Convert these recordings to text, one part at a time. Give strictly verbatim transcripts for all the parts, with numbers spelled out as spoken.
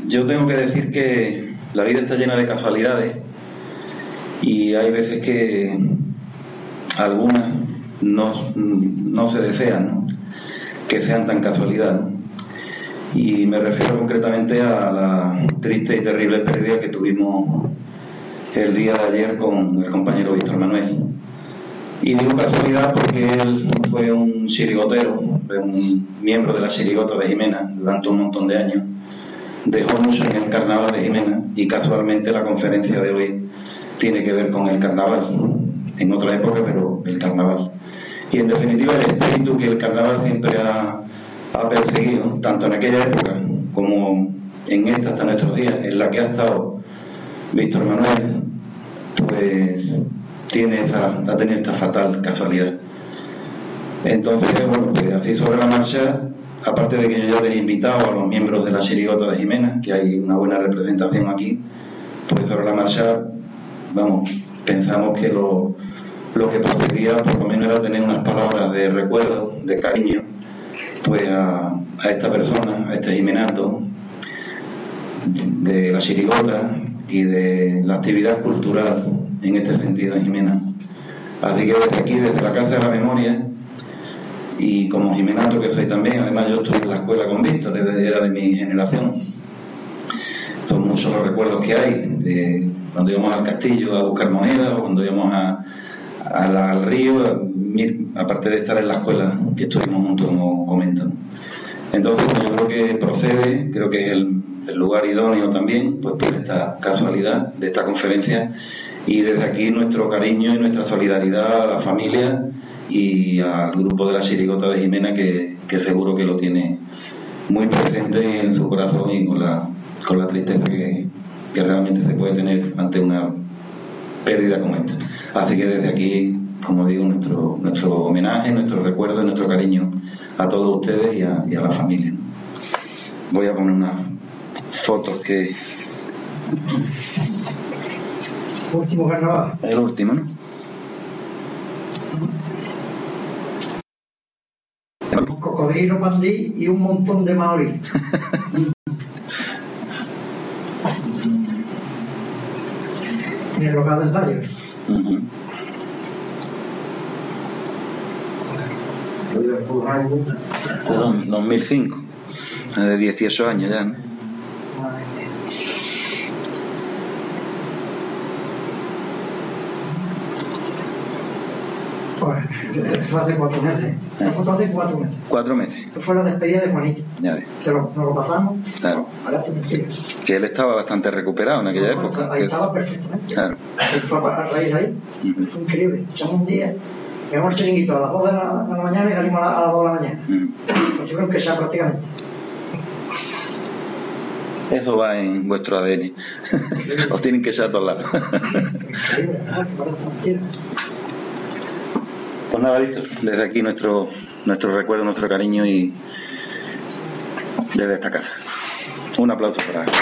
yo tengo que decir que la vida está llena de casualidades y hay veces que algunas no, no se desean, ¿no?, que sean tan casualidad, ¿no? Y me refiero concretamente a la triste y terrible pérdida que tuvimos el día de ayer con el compañero Víctor Manuel. Y digo casualidad porque él fue un chirigotero, un miembro de la chirigota de Jimena durante un montón de años. Dejó mucho en el carnaval de Jimena y casualmente la conferencia de hoy tiene que ver con el carnaval, en otra época, pero el carnaval. Y en definitiva el espíritu que el carnaval siempre ha, ha perseguido, tanto en aquella época como en esta hasta nuestros días, en la que ha estado Víctor Manuel, pues tiene esa, ha tenido esta fatal casualidad. Entonces, bueno, pues así sobre la marcha, aparte de que yo ya tenía invitado a los miembros de la chirigota de Jimena, que hay una buena representación aquí, pues sobre la marcha, vamos, pensamos que lo, lo que procedía por lo menos era tener unas palabras de recuerdo, de cariño, pues a, a esta persona, a este jimenato de la chirigota y de la actividad cultural en este sentido en Jimena. Así que desde aquí, desde la Casa de la Memoria, y como jimenato que soy también, además yo estuve en la escuela con Víctor, era de mi generación, son muchos los recuerdos que hay de cuando íbamos al castillo a buscar monedas o cuando íbamos a, a la, al río, a, aparte de estar en la escuela que estuvimos juntos, como comento. Entonces, bueno, yo creo que procede, creo que es el, el lugar idóneo también, pues por esta casualidad de esta conferencia, y desde aquí nuestro cariño y nuestra solidaridad a la familia y al grupo de la chirigota de Jimena, que, que seguro que lo tiene muy presente en su corazón y con la, con la tristeza que, que realmente se puede tener ante una pérdida como esta. Así que desde aquí, como digo, nuestro, nuestro homenaje, nuestro recuerdo y nuestro cariño a todos ustedes y a, y a la familia. Voy a poner unas fotos que... Último carnaval. El último, ¿no? Un cocodrilo pandí y un montón de maorí. En el local de ensayos. Uh-huh. De dos mil cinco, de dieciocho años ya, ¿no? Pues fue hace cuatro meses. Fue hace cuatro meses. Cuatro meses. Fue la despedida de Juanito. Ya ves. Se lo, nos lo pasamos. Claro. Parece mentira. Que él estaba bastante recuperado en aquella No, época. Ahí que... estaba perfectamente. Claro. Él fue a raíz ahí. Uh-huh. Fue increíble. Echamos un día. Llegamos al chiringuito a las dos de la, de la mañana y salimos a, la, a las dos de la mañana. Uh-huh. Pues yo creo que sea prácticamente. Eso va en vuestro A D N. Os tienen que echar a todos lados. Increíble, ¿verdad? Que parece mentira. Pues nada, Víctor, desde aquí nuestro, nuestro recuerdo, nuestro cariño y desde esta casa. Un aplauso para él.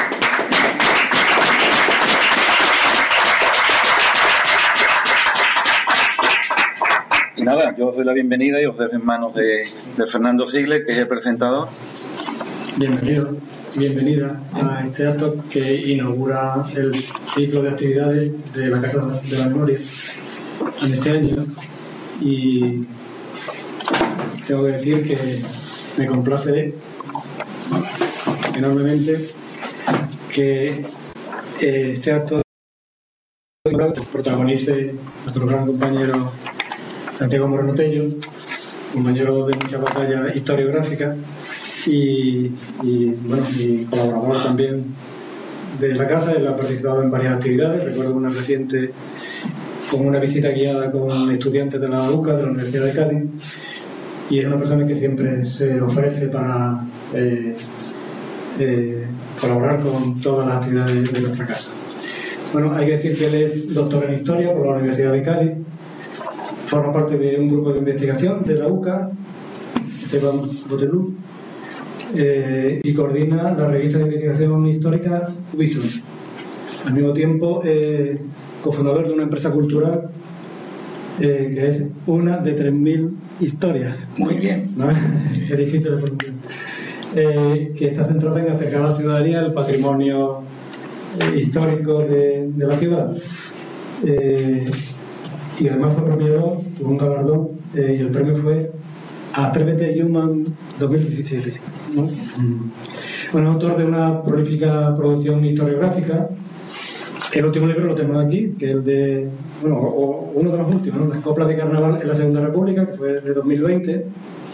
Y nada, yo os doy la bienvenida y os dejo en manos de, de Fernando Sigler, que es el presentador. Bienvenido, bienvenida a este acto que inaugura el ciclo de actividades de la Casa de la Memoria en este año. Y tengo que decir que me complace enormemente que este acto protagonice nuestro gran compañero Santiago Moreno Tello, compañero de muchas batallas historiográficas y, y bueno, y colaborador también de la casa. Él ha participado en varias actividades. Recuerdo una reciente con una visita guiada con estudiantes de la U C A, de la Universidad de Cádiz, y es una persona que siempre se ofrece para eh, eh, colaborar con todas las actividades de nuestra casa. Bueno, hay que decir que él es doctor en Historia por la Universidad de Cádiz, forma parte de un grupo de investigación de la U C A, Esteban Botelú, eh, y coordina la revista de investigación histórica Vision. Al mismo tiempo, eh, cofundador de una empresa cultural eh, que es una de tres mil historias. Muy bien. ¿No? Es difícil de pronunciar. eh, que está centrada en acercar a la ciudadanía el patrimonio eh, histórico de, de la ciudad. Eh, y además fue premiado por un galardón, eh, y el premio fue Atrévete Human dos mil diecisiete, ¿no? Mm. Bueno, autor de una prolífica producción historiográfica. El último libro lo tenemos aquí, que es el de, bueno, o, uno de los últimos, ¿no? Las coplas de carnaval en la Segunda República, que fue de dos mil veinte,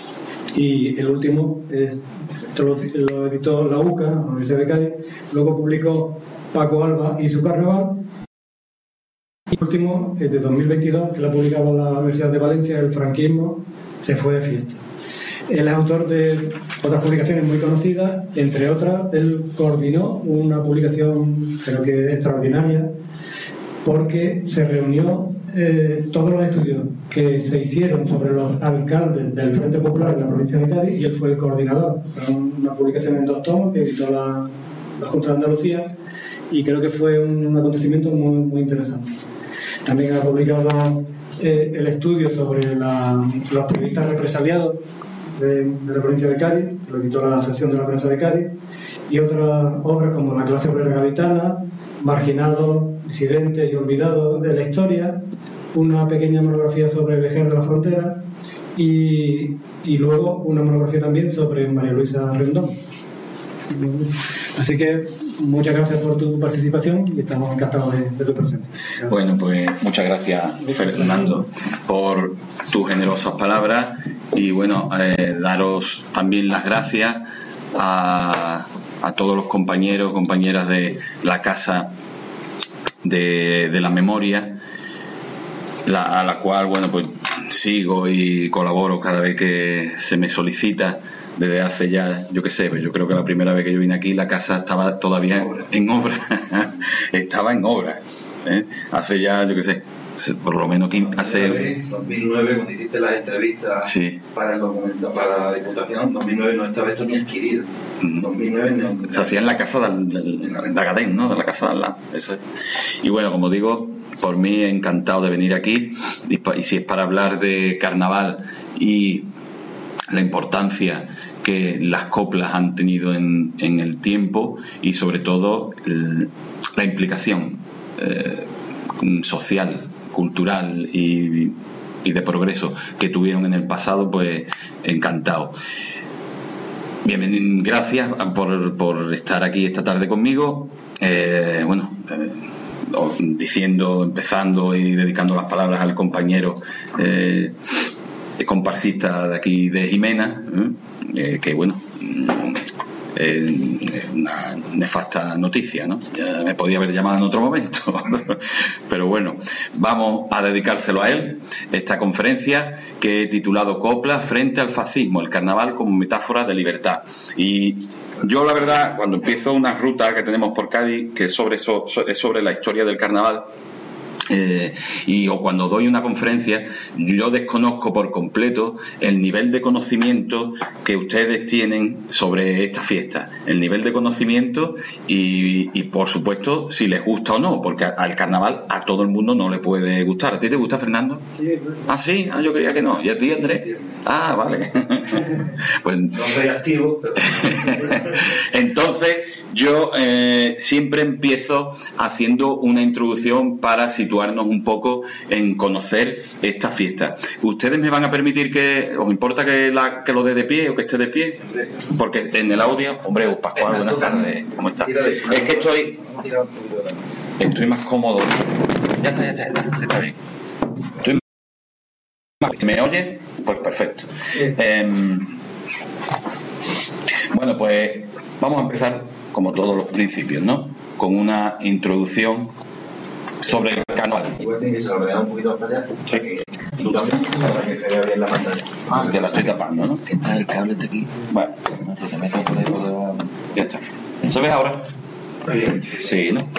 y el último es, esto lo, lo editó la U C A, la Universidad de Cádiz, luego publicó Paco Alba y su carnaval, y el último es de dos mil veintidós, que lo ha publicado la Universidad de Valencia, El franquismo se fue de fiesta. Él es autor de otras publicaciones muy conocidas, entre otras, él coordinó una publicación, creo que extraordinaria, porque se reunió eh, todos los estudios que se hicieron sobre los alcaldes del Frente Popular en la provincia de Cádiz, y él fue el coordinador. Fue una publicación en dos tomos que editó la, la Junta de Andalucía, y creo que fue un acontecimiento muy, muy interesante. También ha publicado eh, el estudio sobre la, los periodistas represaliados De, de la provincia de Cádiz, que lo editó la Asociación de la Prensa de Cádiz, y otras obras como La clase obrera gaditana, Marginados, disidentes y olvidados de la historia, una pequeña monografía sobre el Vejer de la Frontera, y, y luego una monografía también sobre María Luisa Rendón. Así que muchas gracias por tu participación y estamos encantados de, de tu presencia. Gracias. Bueno, pues muchas gracias, Fernando, por tus generosas palabras, y bueno, eh, daros también las gracias a, a todos los compañeros, compañeras de la Casa de, de la Memoria, la, a la cual, bueno, pues sigo y colaboro cada vez que se me solicita. Desde hace ya, yo qué sé, yo creo que la primera vez que yo vine aquí la casa estaba todavía en obra, estaba en obra, ¿eh? Hace ya, yo qué sé, por lo menos hace... dos mil nueve, cuando hiciste las entrevistas, sí, para el documento, para la Diputación, dos mil nueve no estaba esto ni adquirido. Mm. dos mil nueve no... Se hacía en la casa de, de, de Agadén, ¿no? De la casa de al lado, eso es. Y bueno, como digo, por mí encantado de venir aquí, y, y si es para hablar de carnaval y la importancia que las coplas han tenido en, en el tiempo, y sobre todo el, la implicación eh, social, cultural y, y de progreso que tuvieron en el pasado, pues encantado. Bien, gracias por, por estar aquí esta tarde conmigo. Eh, bueno, eh, diciendo, empezando y dedicando las palabras al compañero eh, comparsista de aquí de Jimena, ¿eh? Eh, que bueno, eh, es una nefasta noticia, ¿no? Ya me podía haber llamado en otro momento, pero bueno, vamos a dedicárselo a él, esta conferencia que he titulado Coplas frente al fascismo, el carnaval como metáfora de libertad. Y yo, la verdad, cuando empiezo una ruta que tenemos por Cádiz, que es sobre, so, es sobre la historia del carnaval, Eh, y o cuando doy una conferencia, yo desconozco por completo el nivel de conocimiento que ustedes tienen sobre esta fiesta, el nivel de conocimiento y, y por supuesto si les gusta o no, porque al carnaval a todo el mundo no le puede gustar. ¿A ti te gusta, Fernando? Sí, bueno. Ah, sí, ah, yo creía que no. ¿Y a ti, Andrés? Ah, vale. Pues no soy activo, pero... Entonces yo eh, siempre empiezo haciendo una introducción para situarnos un poco en conocer esta fiesta. ¿Ustedes me van a permitir que, os importa que, la, que lo dé de pie o que esté de pie? Porque en el audio, hombre, Pascual, buenas tardes, ¿cómo está? Es que estoy, estoy más cómodo. Ya está, ya está, ya está, está bien. Estoy más, ¿me oye? Pues perfecto. Eh, bueno, pues vamos a empezar como todos los principios, ¿no? Con una introducción sobre el carnaval. Igual tiene que se lo ordena un poquito para allá. Sí. Tú también, para que se vea bien la pantalla. Ah, que la estoy tapando, ¿no? ¿Qué está el cable de aquí? Bueno, No sé, te meto por ahí por debajo. ya está. ¿Se ve ahora? Sí, ¿no?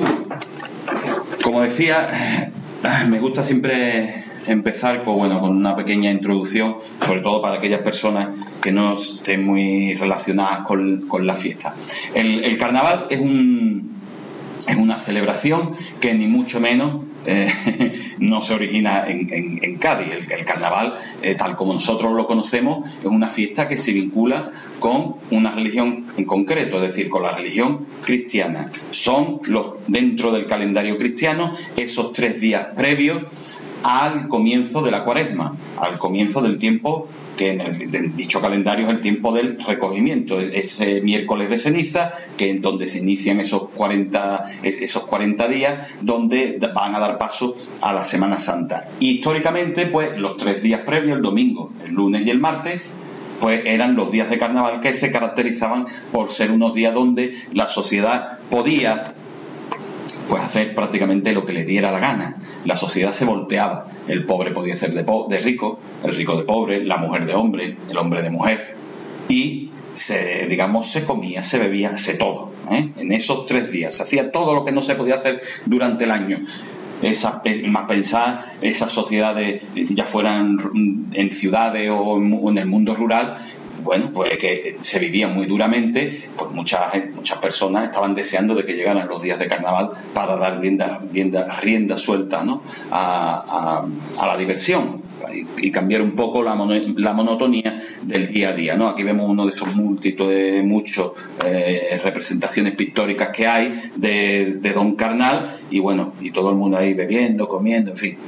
Como decía, me gusta siempre empezar pues, bueno, con una pequeña introducción, sobre todo para aquellas personas que no estén muy relacionadas con, con la fiesta. El, el carnaval es un es una celebración que ni mucho menos eh, no se origina en, en, en Cádiz. El, el carnaval, eh, tal como nosotros lo conocemos, es una fiesta que se vincula con una religión en concreto, es decir, con la religión cristiana. Son los, dentro del calendario cristiano, esos tres días previos al comienzo de la Cuaresma, al comienzo del tiempo que en el en dicho calendario es el tiempo del recogimiento, ese miércoles de ceniza, que es donde se inician esos cuarenta, esos cuarenta días, donde van a dar paso a la Semana Santa. Históricamente, pues los tres días previos, el domingo, el lunes y el martes, pues eran los días de carnaval que se caracterizaban por ser unos días donde la sociedad podía pues hacer prácticamente lo que le diera la gana. La sociedad se volteaba. El pobre podía ser de, po- de rico, el rico de pobre, la mujer de hombre, el hombre de mujer. Y se, digamos, se comía, se bebía, se todo, ¿eh? En esos tres días se hacía todo lo que no se podía hacer durante el año. Esa, es más pensar esas sociedades, ya fueran en ciudades o en el mundo rural, bueno, pues que se vivía muy duramente, pues muchas muchas personas estaban deseando de que llegaran los días de carnaval para dar rienda, rienda, rienda suelta, ¿no? a, a, a la diversión y, y cambiar un poco la, mono, la monotonía del día a día, ¿no? Aquí vemos uno de esos múltiples de muchos eh, representaciones pictóricas que hay de, de Don Carnal, y bueno, y todo el mundo ahí bebiendo, comiendo, en fin.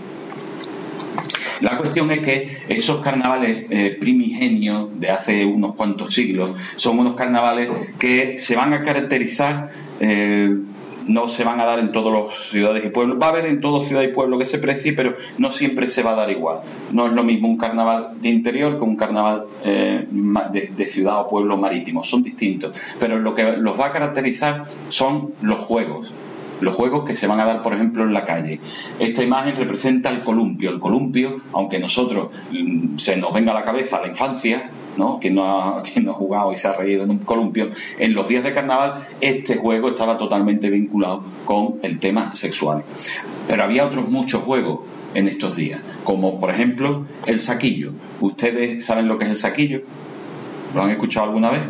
La cuestión es que esos carnavales eh, primigenios de hace unos cuantos siglos son unos carnavales que se van a caracterizar, eh, no se van a dar en todas las ciudades y pueblos. Va a haber en todas ciudades y pueblos que se precie, pero no siempre se va a dar igual. No es lo mismo un carnaval de interior que un carnaval eh, de, de ciudad o pueblo marítimo. Son distintos. Pero lo que los va a caracterizar son los juegos. Los juegos que se van a dar, por ejemplo, en la calle. Esta imagen representa el columpio. El columpio, aunque nosotros mm, se nos venga a la cabeza la infancia, ¿no? Quien no ha, quien no ha jugado y se ha reído en un columpio, en los días de carnaval este juego estaba totalmente vinculado con el tema sexual. Pero había otros muchos juegos en estos días, como por ejemplo el saquillo. ¿Ustedes saben lo que es el saquillo? ¿Lo han escuchado alguna vez?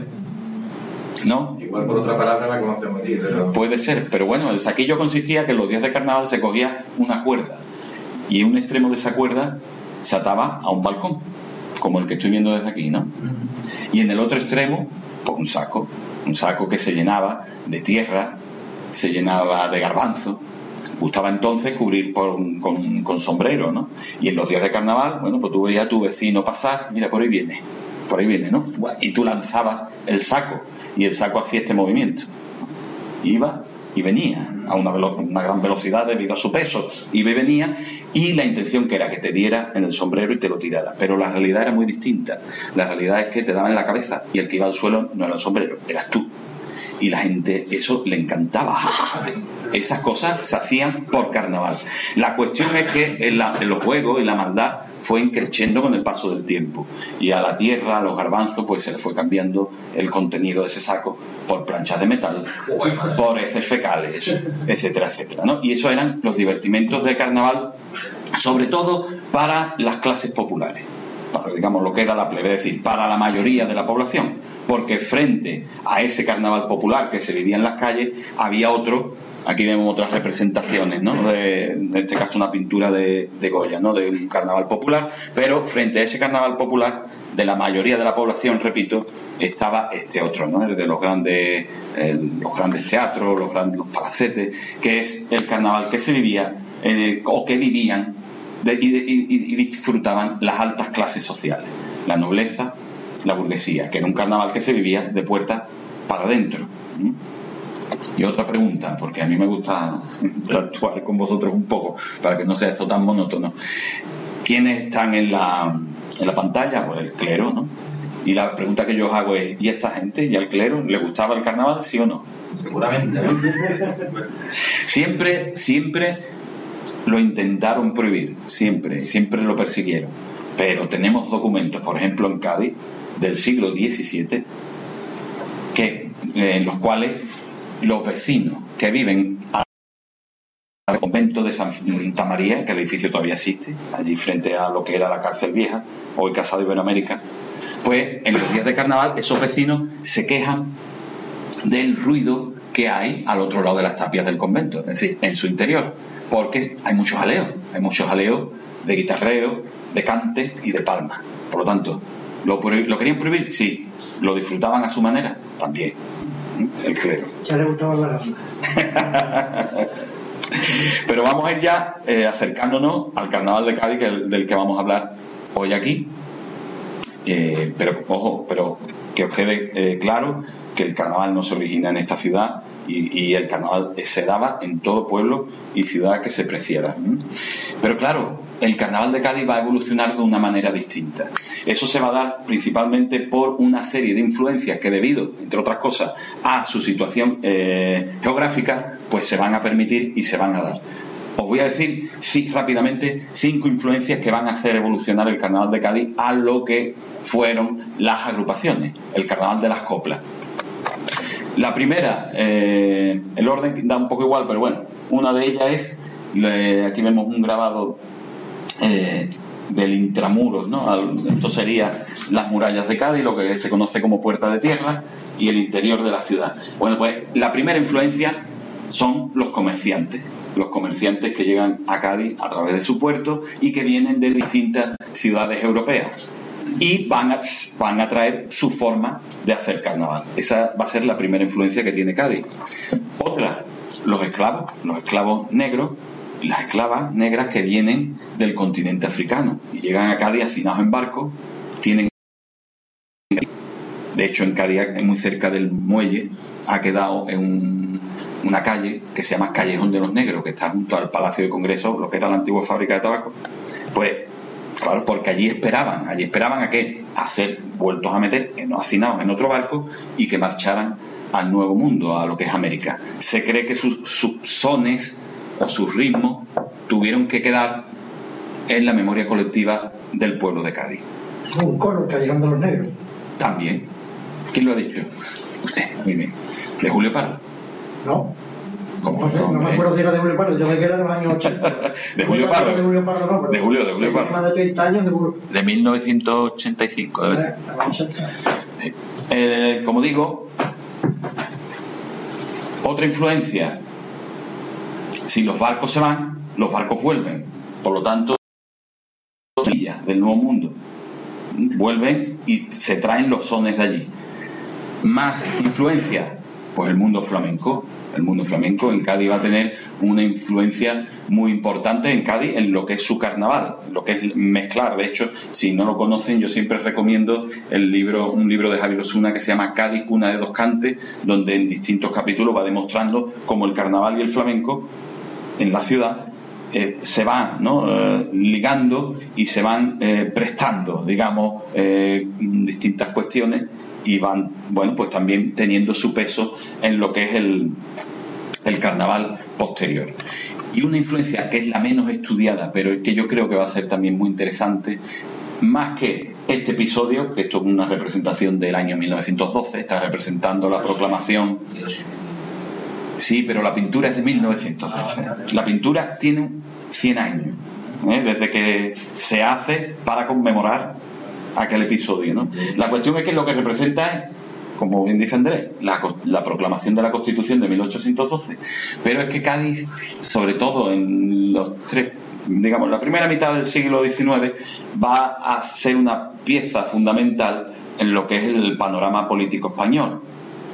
¿No? Igual por otra palabra la conocemos aquí, pero... Puede ser, pero bueno, el saquillo consistía que en los días de carnaval se cogía una cuerda y en un extremo de esa cuerda se ataba a un balcón, como el que estoy viendo desde aquí, ¿no? Y en el otro extremo, pues un saco, un saco que se llenaba de tierra, se llenaba de garbanzo. Gustaba entonces cubrir por, con, con sombrero, ¿no? Y en los días de carnaval, bueno, pues tú veías a tu vecino pasar, mira, por ahí viene, por ahí viene, ¿no? Y tú lanzabas el saco y el saco hacía este movimiento. Iba y venía a una, velo- una gran velocidad debido a su peso. Iba y venía, y la intención que era que te diera en el sombrero y te lo tirara. Pero la realidad era muy distinta. La realidad es que te daban en la cabeza y el que iba al suelo no era el sombrero, eras tú. Y la gente, eso le encantaba. Esas cosas se hacían por carnaval. La cuestión es que en, la, en los juegos y la maldad fue increciendo con el paso del tiempo, y a la tierra, a los garbanzos, pues se le fue cambiando el contenido de ese saco por planchas de metal, por heces fecales, etcétera, etcétera, ¿no? Y eso eran los divertimentos de carnaval, sobre todo para las clases populares, para, digamos, lo que era la plebe, es decir, para la mayoría de la población, porque frente a ese carnaval popular que se vivía en las calles había otro. Aquí vemos otras representaciones, ¿no? De, en este caso una pintura de, de Goya, ¿no? De un carnaval popular, pero frente a ese carnaval popular de la mayoría de la población, repito, estaba este otro, ¿no? El de los grandes, el, los grandes teatros, los grandes los palacetes, que es el carnaval que se vivía eh, o que vivían de, y, de, y, y disfrutaban las altas clases sociales, la nobleza, la burguesía, que era un carnaval que se vivía de puerta para adentro. ¿Mm? Y otra pregunta, porque a mí me gusta interactuar con vosotros un poco para que no sea esto tan monótono. ¿Quiénes están en la, en la pantalla? Pues el clero, ¿no? Y la pregunta que yo os hago es, ¿y esta gente, y al clero, le gustaba el carnaval, sí o no? Seguramente. Siempre, siempre lo intentaron prohibir, siempre, siempre lo persiguieron. Pero tenemos documentos, por ejemplo en Cádiz, del siglo diecisiete, que, eh, en los cuales los vecinos que viven al convento de Santa María, que el edificio todavía existe, allí frente a lo que era la cárcel vieja, hoy Casa de Iberoamérica, pues en los días de carnaval esos vecinos se quejan del ruido que hay al otro lado de las tapias del convento, es decir, en su interior, porque hay muchos jaleos, hay muchos jaleos de guitarreo, de cante y de palma. Por lo tanto, ¿lo, ¿lo querían prohibir? Sí. ¿Lo disfrutaban a su manera? También. El clero. Ya le gustaba la gama. Pero vamos a ir ya eh, acercándonos al carnaval de Cádiz, que el, del que vamos a hablar hoy aquí. Eh, pero, ojo, pero que os quede eh, claro que el carnaval no se origina en esta ciudad y, y el carnaval se daba en todo pueblo y ciudad que se preciara. Pero claro, el carnaval de Cádiz va a evolucionar de una manera distinta. Eso se va a dar principalmente por una serie de influencias que, debido, entre otras cosas, a su situación eh, geográfica, pues se van a permitir y se van a dar. Os voy a decir sí, rápidamente cinco influencias que van a hacer evolucionar el carnaval de Cádiz a lo que fueron las agrupaciones, el carnaval de las coplas. La primera, eh, el orden da un poco igual, pero bueno, una de ellas es, le, aquí vemos un grabado eh, del intramuros, ¿no? Esto sería las murallas de Cádiz, lo que se conoce como Puerta de Tierra, y el interior de la ciudad. Bueno, pues la primera influencia son los comerciantes, los comerciantes que llegan a Cádiz a través de su puerto y que vienen de distintas ciudades europeas. Y van a, van a traer su forma de hacer carnaval. Esa va a ser la primera influencia que tiene Cádiz. Otra, los esclavos, los esclavos negros y las esclavas negras que vienen del continente africano y llegan a Cádiz hacinados en barco, tienen... De hecho, en Cádiz, muy cerca del muelle, ha quedado en un, una calle que se llama Callejón de los Negros, que está junto al Palacio de Congreso, lo que era la antigua fábrica de tabaco. Pues claro, porque allí esperaban, allí esperaban a qué, a ser vueltos a meter, en, hacinados en otro barco y que marcharan al nuevo mundo, a lo que es América. Se cree que sus, sus sones o sus ritmos tuvieron que quedar en la memoria colectiva del pueblo de Cádiz. Un coro, el Callejón de los Negros. También. ¿Quién lo ha dicho? Usted, muy bien. ¿De Julio Pardo? No. ¿Cómo? No, sé, no me acuerdo si era de Julio Pardo, yo me quedé de los años ochenta. ¿De Julio Pardo? De Julio Pardo, no, pero de Julio, de Julio Pardo. Más de treinta años de Julio. De mil novecientos ochenta y cinco, debe ser. Eh, como digo, otra influencia. Si los barcos se van, los barcos vuelven. Por lo tanto, del Nuevo Mundo vuelven y se traen los sones de allí. Más influencia, pues el mundo flamenco. El mundo flamenco en Cádiz va a tener una influencia muy importante en Cádiz en lo que es su carnaval, lo que es mezclar. De hecho, si no lo conocen, yo siempre recomiendo el libro, un libro de Javier Osuna que se llama Cádiz, cuna de dos cantes, donde en distintos capítulos va demostrando cómo el carnaval y el flamenco en la ciudad eh, se van, ¿no? eh, ligando y se van eh, prestando, digamos, eh, distintas cuestiones, y van, bueno, pues también teniendo su peso en lo que es el, el carnaval posterior. Y una influencia que es la menos estudiada, pero que yo creo que va a ser también muy interesante, más que este episodio, que esto es una representación del año mil novecientos doce, está representando la proclamación. Sí, pero la pintura es de mil novecientos doce. La pintura tiene cien años, ¿eh? Desde que se hace para conmemorar aquel episodio, ¿no? La cuestión es que lo que representa es, como bien dice Andrés, la, la proclamación de la Constitución de mil ochocientos doce, pero es que Cádiz, sobre todo en los tres, digamos, la primera mitad del siglo diecinueve, va a ser una pieza fundamental en lo que es el panorama político español,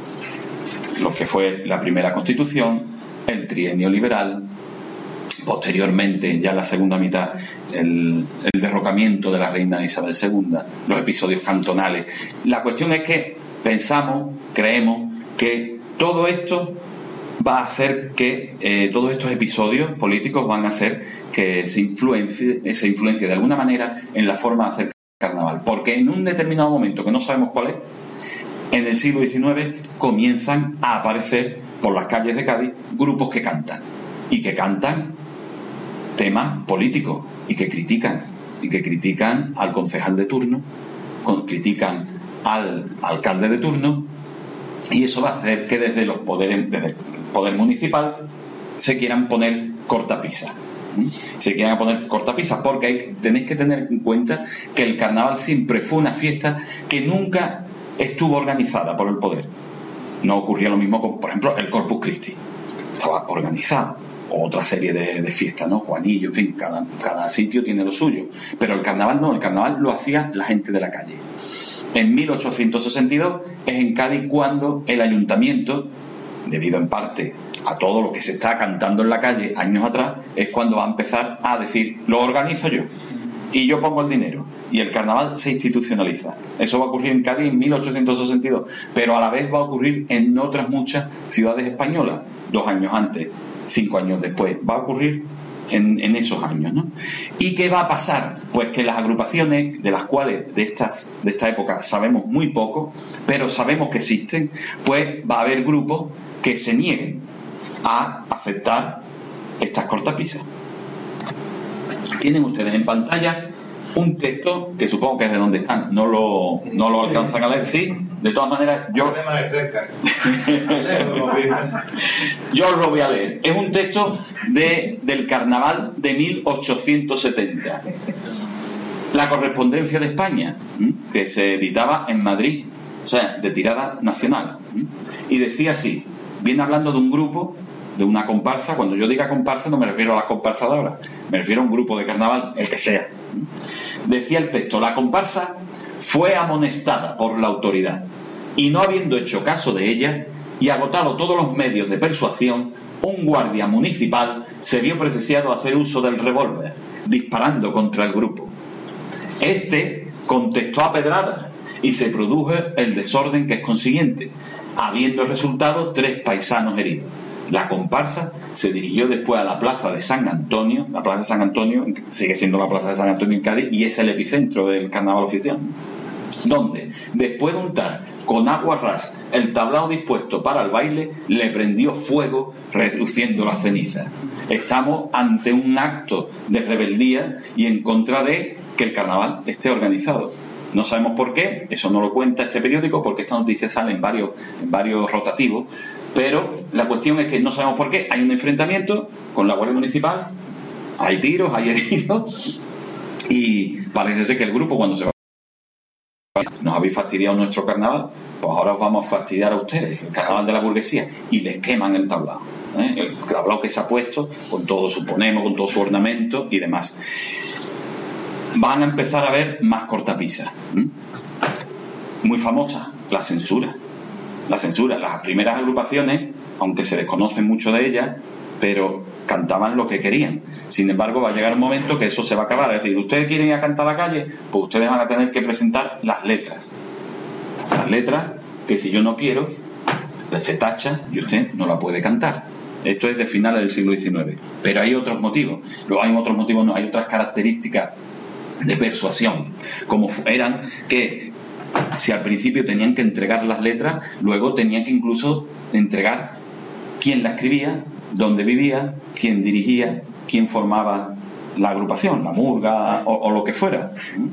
lo que fue la primera Constitución, el trienio liberal, posteriormente, ya en la segunda mitad, el, el derrocamiento de la reina Isabel segunda, los episodios cantonales. La cuestión es que pensamos, creemos que todo esto va a hacer que eh, todos estos episodios políticos van a hacer que se influencie, se influencie de alguna manera en la forma de hacer carnaval, porque en un determinado momento, que no sabemos cuál es, en el siglo diecinueve comienzan a aparecer por las calles de Cádiz grupos que cantan, y que cantan temas políticos, y que critican, y que critican al concejal de turno, critican al alcalde de turno, y eso va a hacer que desde los poderes, desde el poder municipal, se quieran poner cortapisas. Se quieran poner cortapisas, porque hay, tenéis que tener en cuenta que el carnaval siempre fue una fiesta que nunca estuvo organizada por el poder. No ocurría lo mismo con, por ejemplo, el Corpus Christi. Estaba organizado. Otra serie de, de fiestas, ¿no? Juanillo, en fin, cada, cada sitio tiene lo suyo. Pero el carnaval no, el carnaval lo hacía la gente de la calle. En mil ochocientos sesenta y dos es en Cádiz cuando el ayuntamiento, debido en parte a todo lo que se está cantando en la calle años atrás, es cuando va a empezar a decir, lo organizo yo y yo pongo el dinero, y el carnaval se institucionaliza. Eso va a ocurrir en Cádiz en mil ochocientos sesenta y dos, pero a la vez va a ocurrir en otras muchas ciudades españolas, dos años antes, cinco años después, va a ocurrir en, en esos años, ¿no? ¿Y qué va a pasar? Pues que las agrupaciones, de las cuales de estas de esta época sabemos muy poco, pero sabemos que existen, pues va a haber grupos que se nieguen a aceptar estas cortapisas. Tienen ustedes en pantalla un texto que supongo que es de donde están, no lo, no lo alcanzan a leer, sí. De todas maneras, yo yo os lo voy a leer. Es un texto de, del carnaval de mil ochocientos setenta, la correspondencia de España, que se editaba en Madrid, o sea, de tirada nacional, y decía así, viene hablando de un grupo, de una comparsa. Cuando yo diga comparsa no me refiero a las comparsas de ahora, me refiero a un grupo de carnaval, el que sea. Decía el texto, la comparsa fue amonestada por la autoridad y, no habiendo hecho caso de ella y agotado todos los medios de persuasión, un guardia municipal se vio precisado a hacer uso del revólver, disparando contra el grupo. Este contestó a pedradas y se produjo el desorden que es consiguiente, habiendo resultado tres paisanos heridos. La comparsa se dirigió después a la plaza de San Antonio. La plaza de San Antonio sigue siendo la plaza de San Antonio en Cádiz y es el epicentro del carnaval oficial, donde, después de untar con agua ras el tablao dispuesto para el baile, le prendió fuego reduciendo las cenizas. Estamos ante un acto de rebeldía y en contra de que el carnaval esté organizado. No sabemos por qué, eso no lo cuenta este periódico, porque esta noticia sale en varios, en varios rotativos, pero la cuestión es que no sabemos por qué. Hay un enfrentamiento con la Guardia Municipal, hay tiros, hay heridos, y parece ser que el grupo, cuando se va, nos habéis fastidiado nuestro carnaval, pues ahora os vamos a fastidiar a ustedes, el carnaval de la burguesía, y les queman el tablao, ¿eh? El tablao que se ha puesto, con todo su ponemo, con todo su ornamento y demás. Van a empezar a ver más cortapisas. ¿Mm? Muy famosa, la censura. La censura. Las primeras agrupaciones, aunque se desconocen mucho de ellas, pero cantaban lo que querían. Sin embargo, va a llegar un momento que eso se va a acabar. Es decir, ustedes quieren ir a cantar a la calle, pues ustedes van a tener que presentar las letras. Las letras que, si yo no quiero, se tacha y usted no la puede cantar. Esto es de finales del siglo diecinueve. Pero hay otros motivos. Luego hay otros motivos, no, hay otras características de persuasión, como eran que si al principio tenían que entregar las letras, luego tenían que incluso entregar quién la escribía, dónde vivía, quién dirigía, quién formaba la agrupación, la murga o, o lo que fuera.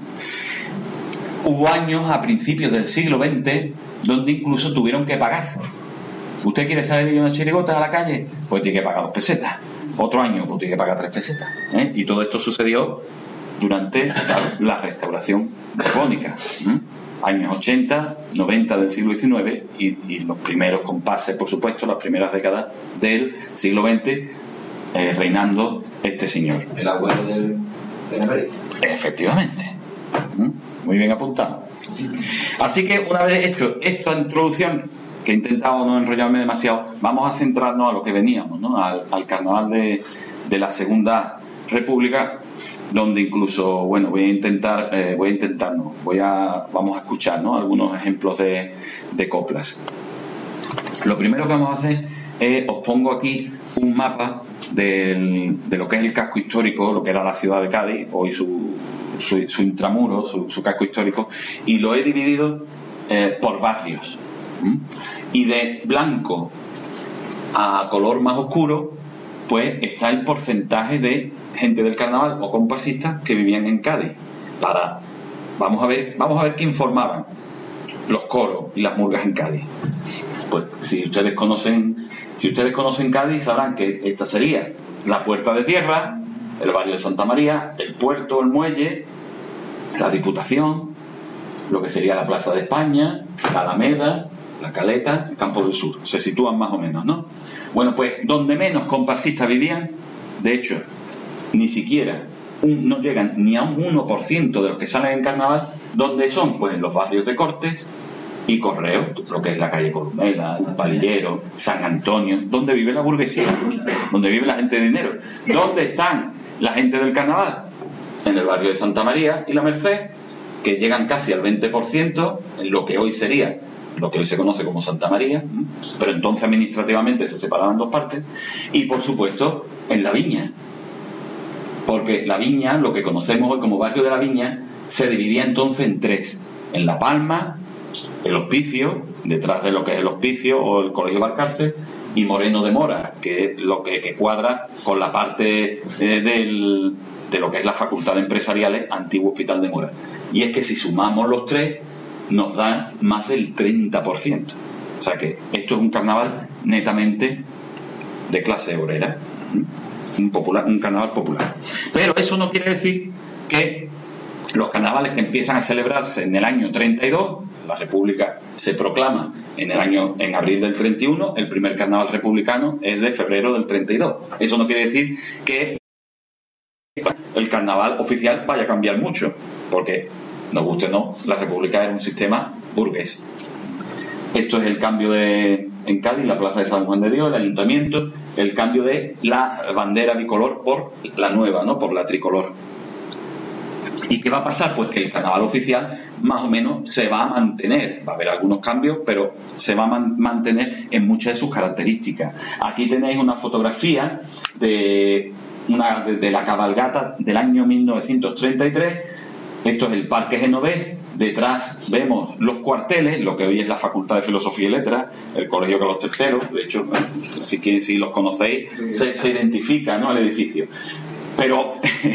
Hubo años a principios del siglo veinte donde incluso tuvieron que pagar. ¿Usted quiere salir de una chirigota a la calle? Pues tiene que pagar dos pesetas. Otro año, pues tiene que pagar tres pesetas. ¿eh? Y todo esto sucedió durante la restauración borbónica, ¿eh? años ochenta, noventa del siglo diecinueve y, y los primeros compases, por supuesto, las primeras décadas del siglo veinte, eh, reinando este señor. El abuelo del Benemérito. Efectivamente. ¿eh? Muy bien apuntado. Así que una vez hecho esta introducción, que he intentado no enrollarme demasiado, vamos a centrarnos a lo que veníamos, ¿no? al, al carnaval de, de la Segunda República, donde incluso, bueno, voy a intentar, eh, voy a intentar, no, voy a, vamos a escuchar, ¿no? algunos ejemplos de, de coplas. Lo primero que vamos a hacer es, os pongo aquí un mapa del, de lo que es el casco histórico, lo que era la ciudad de Cádiz, hoy su, su, su intramuro, su, su casco histórico, y lo he dividido eh, por barrios. ¿Mm? Y de blanco a color más oscuro, pues está el porcentaje de gente del carnaval o comparsistas que vivían en Cádiz. Para, vamos a ver, vamos a ver qué informaban los coros y las murgas en Cádiz. Pues si ustedes conocen, si ustedes conocen Cádiz, sabrán que esta sería la Puerta de Tierra, el barrio de Santa María, el puerto, el muelle, la Diputación, lo que sería la Plaza de España, la Alameda, La Caleta, el Campo del Sur, se sitúan más o menos, ¿no? Bueno, pues donde menos comparsistas vivían, de hecho, ni siquiera un, no llegan ni a un uno por ciento de los que salen en carnaval, ¿dónde son? Pues en los barrios de Cortes y Correo, lo que es la calle Columela, el Palillero, San Antonio, donde vive la burguesía, donde vive la gente de dinero. ¿Dónde están la gente del carnaval? En el barrio de Santa María y la Merced, que llegan casi al veinte por ciento, en lo que hoy sería, lo que hoy se conoce como Santa María, pero entonces administrativamente se separaban en dos partes, y por supuesto en La Viña, porque La Viña, lo que conocemos hoy como barrio de La Viña, se dividía entonces en tres: en La Palma, el Hospicio, detrás de lo que es el Hospicio o el Colegio Valcárcel, y Moreno de Mora, que es lo que, que cuadra con la parte eh, del, de lo que es la Facultad de Empresariales, antiguo Hospital de Mora. Y es que si sumamos los tres, nos da más del treinta por ciento. O sea que esto es un carnaval netamente de clase obrera, un, popular, un carnaval popular. Pero eso no quiere decir que los carnavales que empiezan a celebrarse en el año treinta y dos, la República se proclama en el año en abril del treinta y uno, el primer carnaval republicano es de febrero del treinta y dos. Eso no quiere decir que el carnaval oficial vaya a cambiar mucho, porque nos guste o no, la República era un sistema burgués. Esto es el cambio de, en Cádiz, la plaza de San Juan de Dios, el ayuntamiento, el cambio de la bandera bicolor por la nueva, ¿no? Por la tricolor. ¿Y qué va a pasar? Pues que el carnaval oficial más o menos se va a mantener. Va a haber algunos cambios, pero se va a man- mantener en muchas de sus características. Aquí tenéis una fotografía de, una, de, de la cabalgata del año mil novecientos treinta y tres. Esto es el Parque Genovés. Detrás vemos los cuarteles, lo que hoy es la Facultad de Filosofía y Letras, el Colegio Carlos tercero. De hecho, si, que, si los conocéis, se, se identifica, ¿no?, el edificio. Pero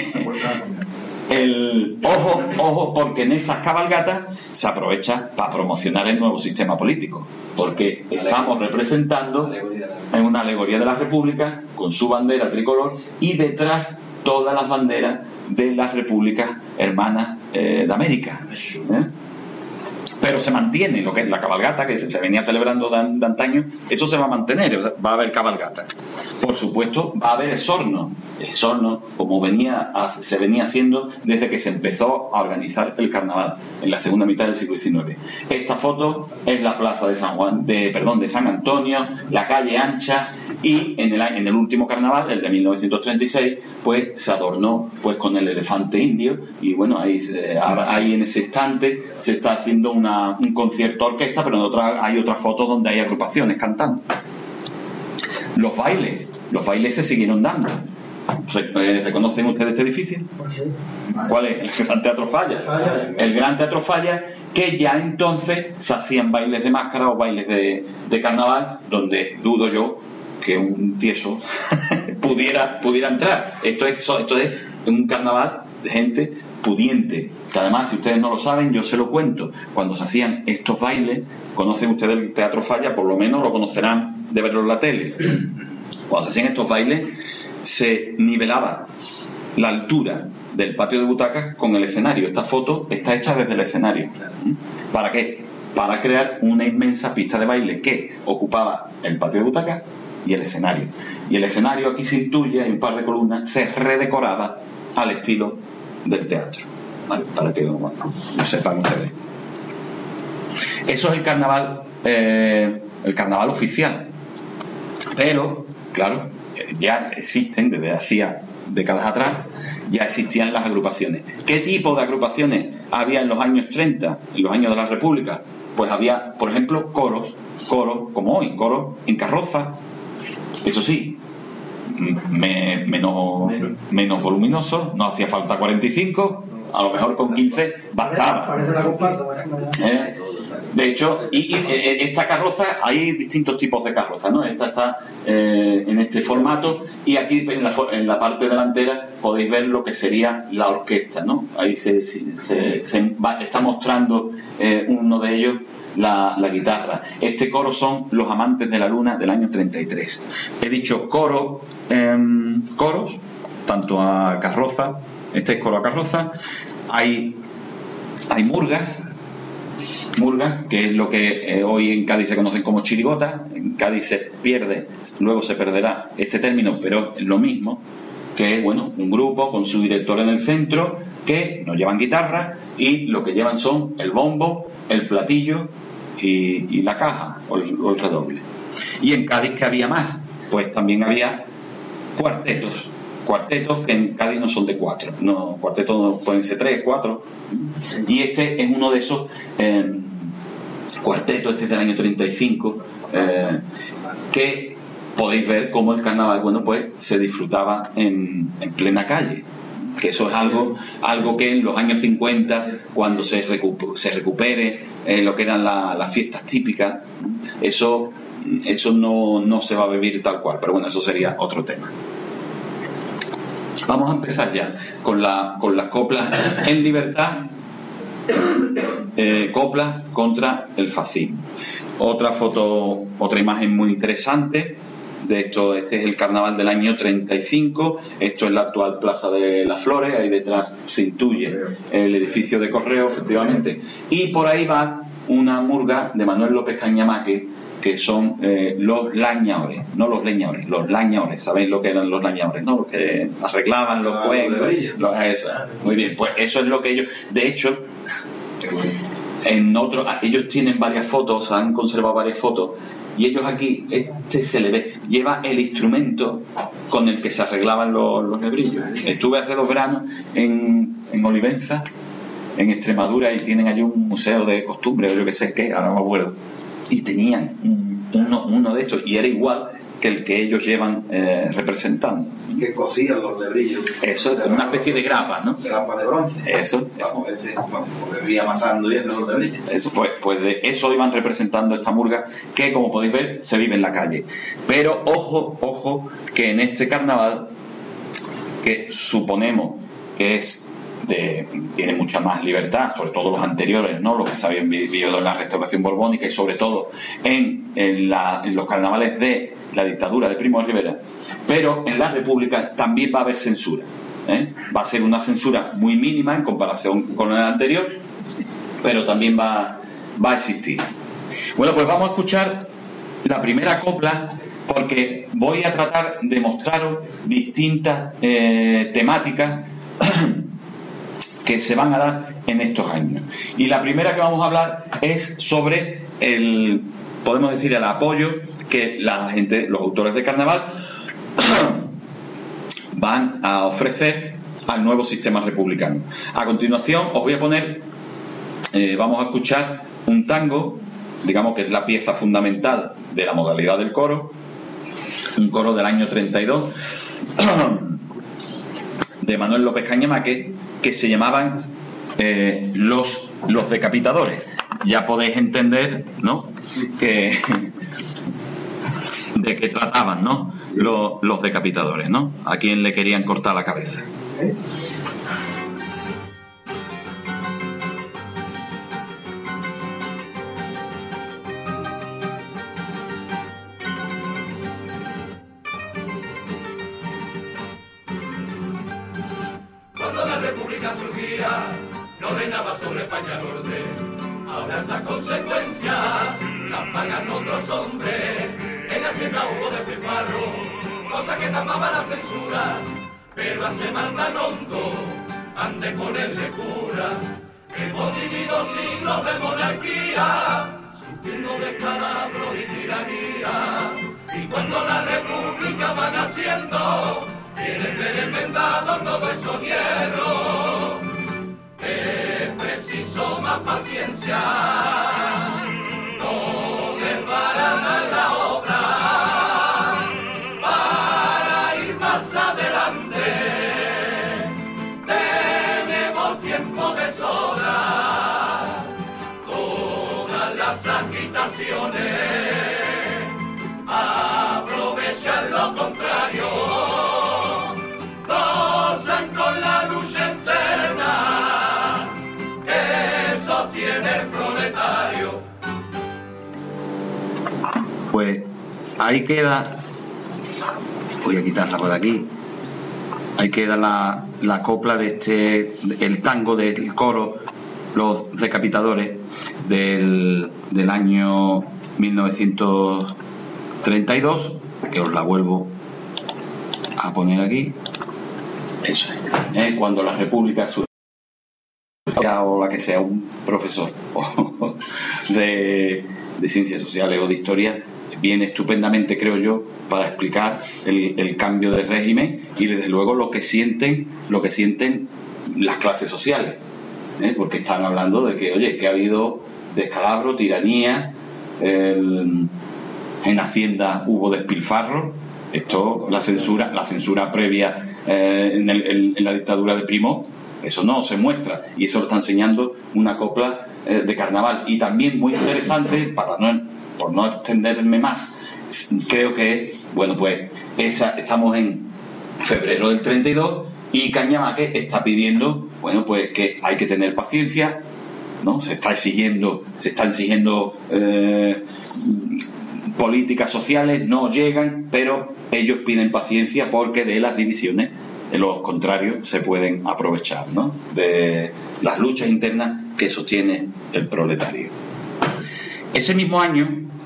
el ojo, ojo, porque en esas cabalgatas se aprovecha para promocionar el nuevo sistema político, porque estamos representando en una alegoría de la República con su bandera tricolor y detrás todas las banderas de las repúblicas hermanas eh, de América, ¿eh? Pero se mantiene lo que es la cabalgata que se, se venía celebrando de, de antaño. Eso se va a mantener, o sea, va a haber cabalgata. Por supuesto va a haber esorno, esorno como venía a, se venía haciendo desde que se empezó a organizar el carnaval en la segunda mitad del siglo diecinueve. Esta foto es la plaza de San Juan, de perdón, de San Antonio, la calle ancha, y en el en el último carnaval, el de mil novecientos treinta y seis, pues se adornó pues con el elefante indio, y bueno, ahí, ahí en ese estante se está haciendo una un concierto orquesta, pero en otra, hay otras fotos donde hay agrupaciones cantando. Los bailes, los bailes se siguieron dando. ¿Reconocen ustedes este edificio? ¿Cuál es? El Gran Teatro Falla. El Gran Teatro Falla, que ya entonces se hacían bailes de máscara o bailes de, de carnaval, donde dudo yo que un tieso pudiera, pudiera entrar. Esto es, esto es un carnaval de gente pudiente, que además, si ustedes no lo saben, yo se lo cuento. Cuando se hacían estos bailes, conocen ustedes el Teatro Falla, por lo menos lo conocerán de verlo en la tele. Cuando se hacían estos bailes, se nivelaba la altura del patio de butacas con el escenario. Esta foto está hecha desde el escenario. ¿Para qué? Para crear una inmensa pista de baile que ocupaba el patio de butacas y el escenario. Y el escenario, aquí se intuye, hay un par de columnas, se redecoraba al estilo del teatro, ¿vale? Para que bueno, lo sepan ustedes. Eso es el carnaval, eh, el carnaval oficial. Pero, claro, ya existen desde hacía décadas atrás, ya existían las agrupaciones. ¿Qué tipo de agrupaciones había en los años treinta, en los años de la República? Pues había, por ejemplo, coros, coros como hoy, coros en carroza, eso sí, me, menos, menos voluminosos, no hacía falta cuarenta y cinco, a lo mejor con quince bastaba. Parece una comparsa. ¿Eh? De hecho, y, y esta carroza, hay distintos tipos de carroza, ¿no? Esta está eh, en este formato, y aquí en la, en la parte delantera podéis ver lo que sería la orquesta, ¿no? Ahí se, se, se va, está mostrando eh, uno de ellos la, la guitarra. Este coro son Los Amantes de la Luna del año treinta y tres. He dicho coro, eh, coros, tanto a carroza, este es coro a carroza, hay, hay murgas, murgas, que es lo que eh, hoy en Cádiz se conocen como chirigotas. En Cádiz se pierde, luego se perderá este término, pero es lo mismo, que es, bueno, un grupo con su director en el centro, que no llevan guitarra y lo que llevan son el bombo, el platillo y, y la caja o el, o el redoble. Y en Cádiz, ¿qué había más? Pues también había cuartetos, cuartetos que en Cádiz no son de cuatro, no, cuartetos pueden ser tres, cuatro, y este es uno de esos eh, cuartetos, este es del año treinta y cinco, eh, que podéis ver cómo el carnaval, bueno, pues se disfrutaba en, en plena calle, que eso es algo algo que en los años cincuenta, cuando se, recu- se recupere eh, lo que eran la, las fiestas típicas, eso eso no, no se va a vivir tal cual, pero bueno, eso sería otro tema. Vamos a empezar ya con, la, con las coplas en libertad, eh, coplas contra el fascismo. Otra foto, otra imagen muy interesante de esto. Este es el carnaval del año treinta y cinco, esto es la actual Plaza de las Flores, ahí detrás se intuye el edificio de correo, efectivamente, y por ahí va una murga de Manuel López Cañamaque, que son eh, los lañadores, no los leñadores, los lañadores. ¿Sabéis lo que eran los lañadores, no? Los que arreglaban los cuencos, los, eso, muy bien, pues eso es lo que ellos, de hecho, en otro, ellos tienen varias fotos, han conservado varias fotos, y ellos aquí, este se le ve, lleva el instrumento con el que se arreglaban los, los lebrillos. Estuve hace dos veranos en, en Olivenza, en Extremadura, y tienen allí un museo de costumbre, o yo que sé qué, ahora no me acuerdo, y tenían uno, uno de estos, y era igual que el que ellos llevan eh, representando. Que cosían los lebrillos. Eso, como una especie de grapa, ¿no? Grapa de bronce. Eso, eso. Este, bueno, porque iba amasando bien los lebrillos. Eso, pues, pues de eso iban representando esta murga, que como podéis ver se vive en la calle. Pero ojo, ojo, que en este carnaval, que suponemos que es de, tiene mucha más libertad, sobre todo los anteriores, ¿no? Los que se habían vivido en la restauración borbónica, y sobre todo en, en, la, en los carnavales de la dictadura de Primo de Rivera, pero en la República también va a haber censura, ¿eh? Va a ser una censura muy mínima en comparación con el anterior, pero también va, va a existir. Bueno, pues vamos a escuchar la primera copla, porque voy a tratar de mostraros distintas eh, temáticas que se van a dar en estos años. Y la primera que vamos a hablar es sobre el, podemos decir, el apoyo que la gente, los autores de carnaval van a ofrecer al nuevo sistema republicano. A continuación os voy a poner, eh, vamos a escuchar un tango, digamos que es la pieza fundamental de la modalidad del coro, un coro del año treinta y dos de Manuel López Cañamaque, que se llamaban eh, los, los decapitadores. Ya podéis entender, ¿no?, que de qué trataban, ¿no?, los, los decapitadores, ¿no?, a quién le querían cortar la cabeza. Cuando la República surgía, no reinaba sobre España norte. Ahora esas consecuencias las pagan otros hombres. En Hacienda hubo despilfarro, cosa que tapaba la censura. Pero hace mal tan hondo, han de ponerle cura. Hemos vivido siglos de monarquía, sufriendo descalabros y tiranía. Y cuando la República va naciendo, quieren ver enmendado todo esos hierros. Es preciso más paciencia, no les baranan la obra para ir más adelante. Tenemos tiempo de sobra, todas las agitaciones aprovechan lo contrario. Con la lucha eterna que sostiene el proletario. Pues ahí queda, voy a quitarla por aquí, ahí queda la, la copla de este, el tango del coro Los Decapitadores del, del año mil novecientos treinta y dos, que os la vuelvo a poner aquí. Eso es, ¿eh? Cuando la República o la que sea un profesor de, de ciencias sociales o de historia viene estupendamente, creo yo, para explicar el, el cambio de régimen y desde luego lo que sienten lo que sienten las clases sociales, ¿eh? Porque están hablando de que, oye, que ha habido descalabro, tiranía, el, en Hacienda hubo despilfarro. Esto, la censura la censura previa eh, en, el, en, en la dictadura de Primo, eso no se muestra, y eso lo está enseñando una copla eh, de carnaval. Y también muy interesante, para no, por no extenderme más, creo que, bueno, pues esa, estamos en febrero del treinta y dos y Cañamaque está pidiendo, bueno, pues que hay que tener paciencia, ¿no? Se está exigiendo, se están exigiendo eh, políticas sociales, no llegan, pero ellos piden paciencia porque de las divisiones, de los contrarios, se pueden aprovechar, ¿no? De las luchas internas que sostiene el proletario. Ese mismo año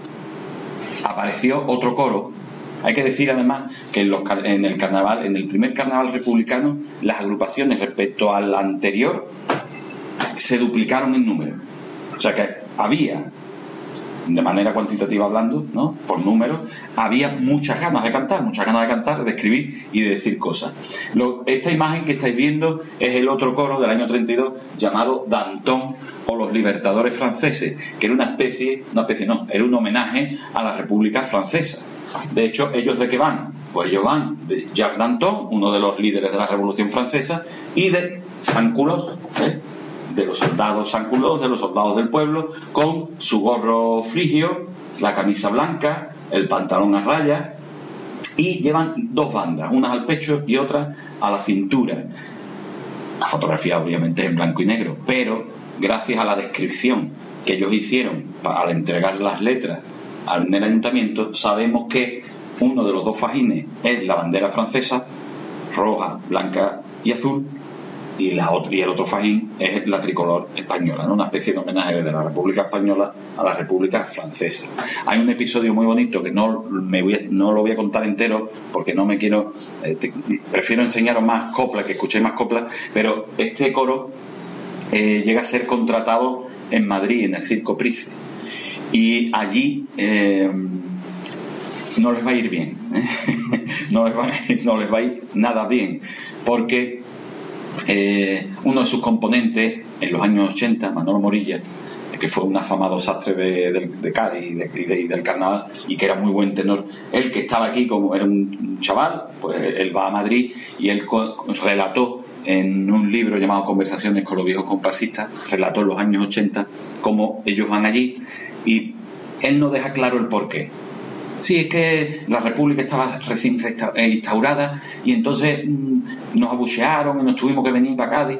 apareció otro coro. Hay que decir además que en, los, en el carnaval, en el primer carnaval republicano, las agrupaciones respecto al anterior se duplicaron en número. O sea que había, de manera cuantitativa hablando, ¿no?, por números, había muchas ganas de cantar, muchas ganas de cantar, de escribir y de decir cosas. Lo, esta imagen que estáis viendo es el otro coro del año treinta y dos llamado Danton o los Libertadores Franceses, que era una especie, una especie no, era un homenaje a la República Francesa. De hecho, ¿ellos de qué van? Pues ellos van de Jacques Danton, uno de los líderes de la Revolución Francesa, y de Sans-Culottes, ¿eh?, de los soldados Sans-Culottes, de los soldados del pueblo, con su gorro frigio, la camisa blanca, el pantalón a rayas, y llevan dos bandas, unas al pecho y otras a la cintura. La fotografía obviamente es en blanco y negro, pero gracias a la descripción que ellos hicieron al entregar las letras en el ayuntamiento, sabemos que uno de los dos fajines es la bandera francesa, roja, blanca y azul, y, la otra, y el otro fajín es la tricolor española, ¿no?, una especie de homenaje de la República Española a la República Francesa. Hay un episodio muy bonito que no, me voy a, no lo voy a contar entero porque no me quiero, eh, te, prefiero enseñaros más coplas, que escuchéis más coplas, pero este coro eh, llega a ser contratado en Madrid, en el Circo Price, y allí eh, no les va a ir bien, ¿eh? no, les va, no les va a ir nada bien, porque Eh, uno de sus componentes en los años ochenta, Manolo Morilla, que fue un afamado sastre de, de, de Cádiz y de, de, del carnaval, y que era muy buen tenor, él que estaba aquí como era un chaval, pues él va a Madrid y él relató en un libro llamado Conversaciones con los viejos comparsistas, relató en los años ochenta cómo ellos van allí, y él no deja claro el porqué. Sí, es que la República estaba recién instaurada y entonces mmm, nos abuchearon y nos tuvimos que venir para Cádiz.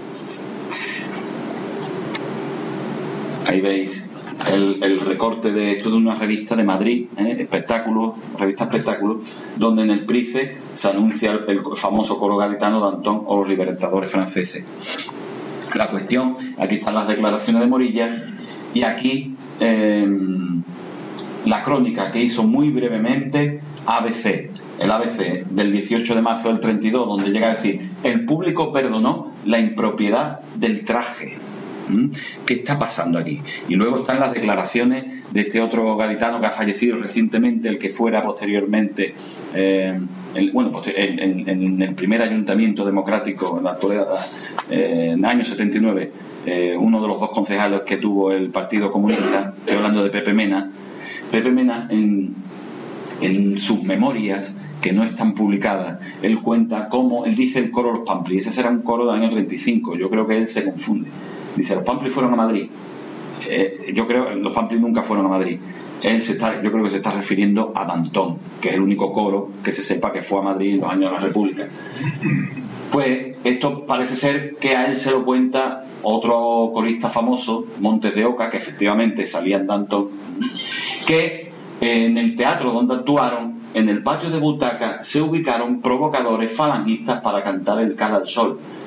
Ahí veis el, el recorte de esto de una revista de Madrid, ¿eh? Espectáculos, revista Espectáculos, donde en el Price se anuncia el, el famoso coro gaditano Danton o los Libertadores Franceses. La cuestión, aquí están las declaraciones de Morilla y aquí eh, la crónica que hizo muy brevemente A B C, el A B C del dieciocho de marzo del treinta y dos, donde llega a decir: el público perdonó la impropiedad del traje. ¿Mm? ¿Qué está pasando aquí? Y luego están las declaraciones de este otro gaditano que ha fallecido recientemente, el que fuera posteriormente eh, el, bueno, poster- en, en, en el primer ayuntamiento democrático en la actualidad, eh, en el año setenta y nueve, eh, uno de los dos concejales que tuvo el Partido Comunista. Estoy hablando de Pepe Mena. Pepe Mena, en, en sus memorias, que no están publicadas, él cuenta cómo, él dice el coro Los Pamplis, ese será un coro del año treinta y cinco, yo creo que él se confunde, dice los Pamplis fueron a Madrid, eh, yo creo que los Pamplis nunca fueron a Madrid, él se está, yo creo que se está refiriendo a Danton, que es el único coro que se sepa que fue a Madrid en los años de la República. Pues esto parece ser que a él se lo cuenta otro corista famoso, Montes de Oca, que efectivamente salía en Danton, que en el teatro donde actuaron, en el patio de butaca, se ubicaron provocadores falangistas para cantar el Cara al Sol,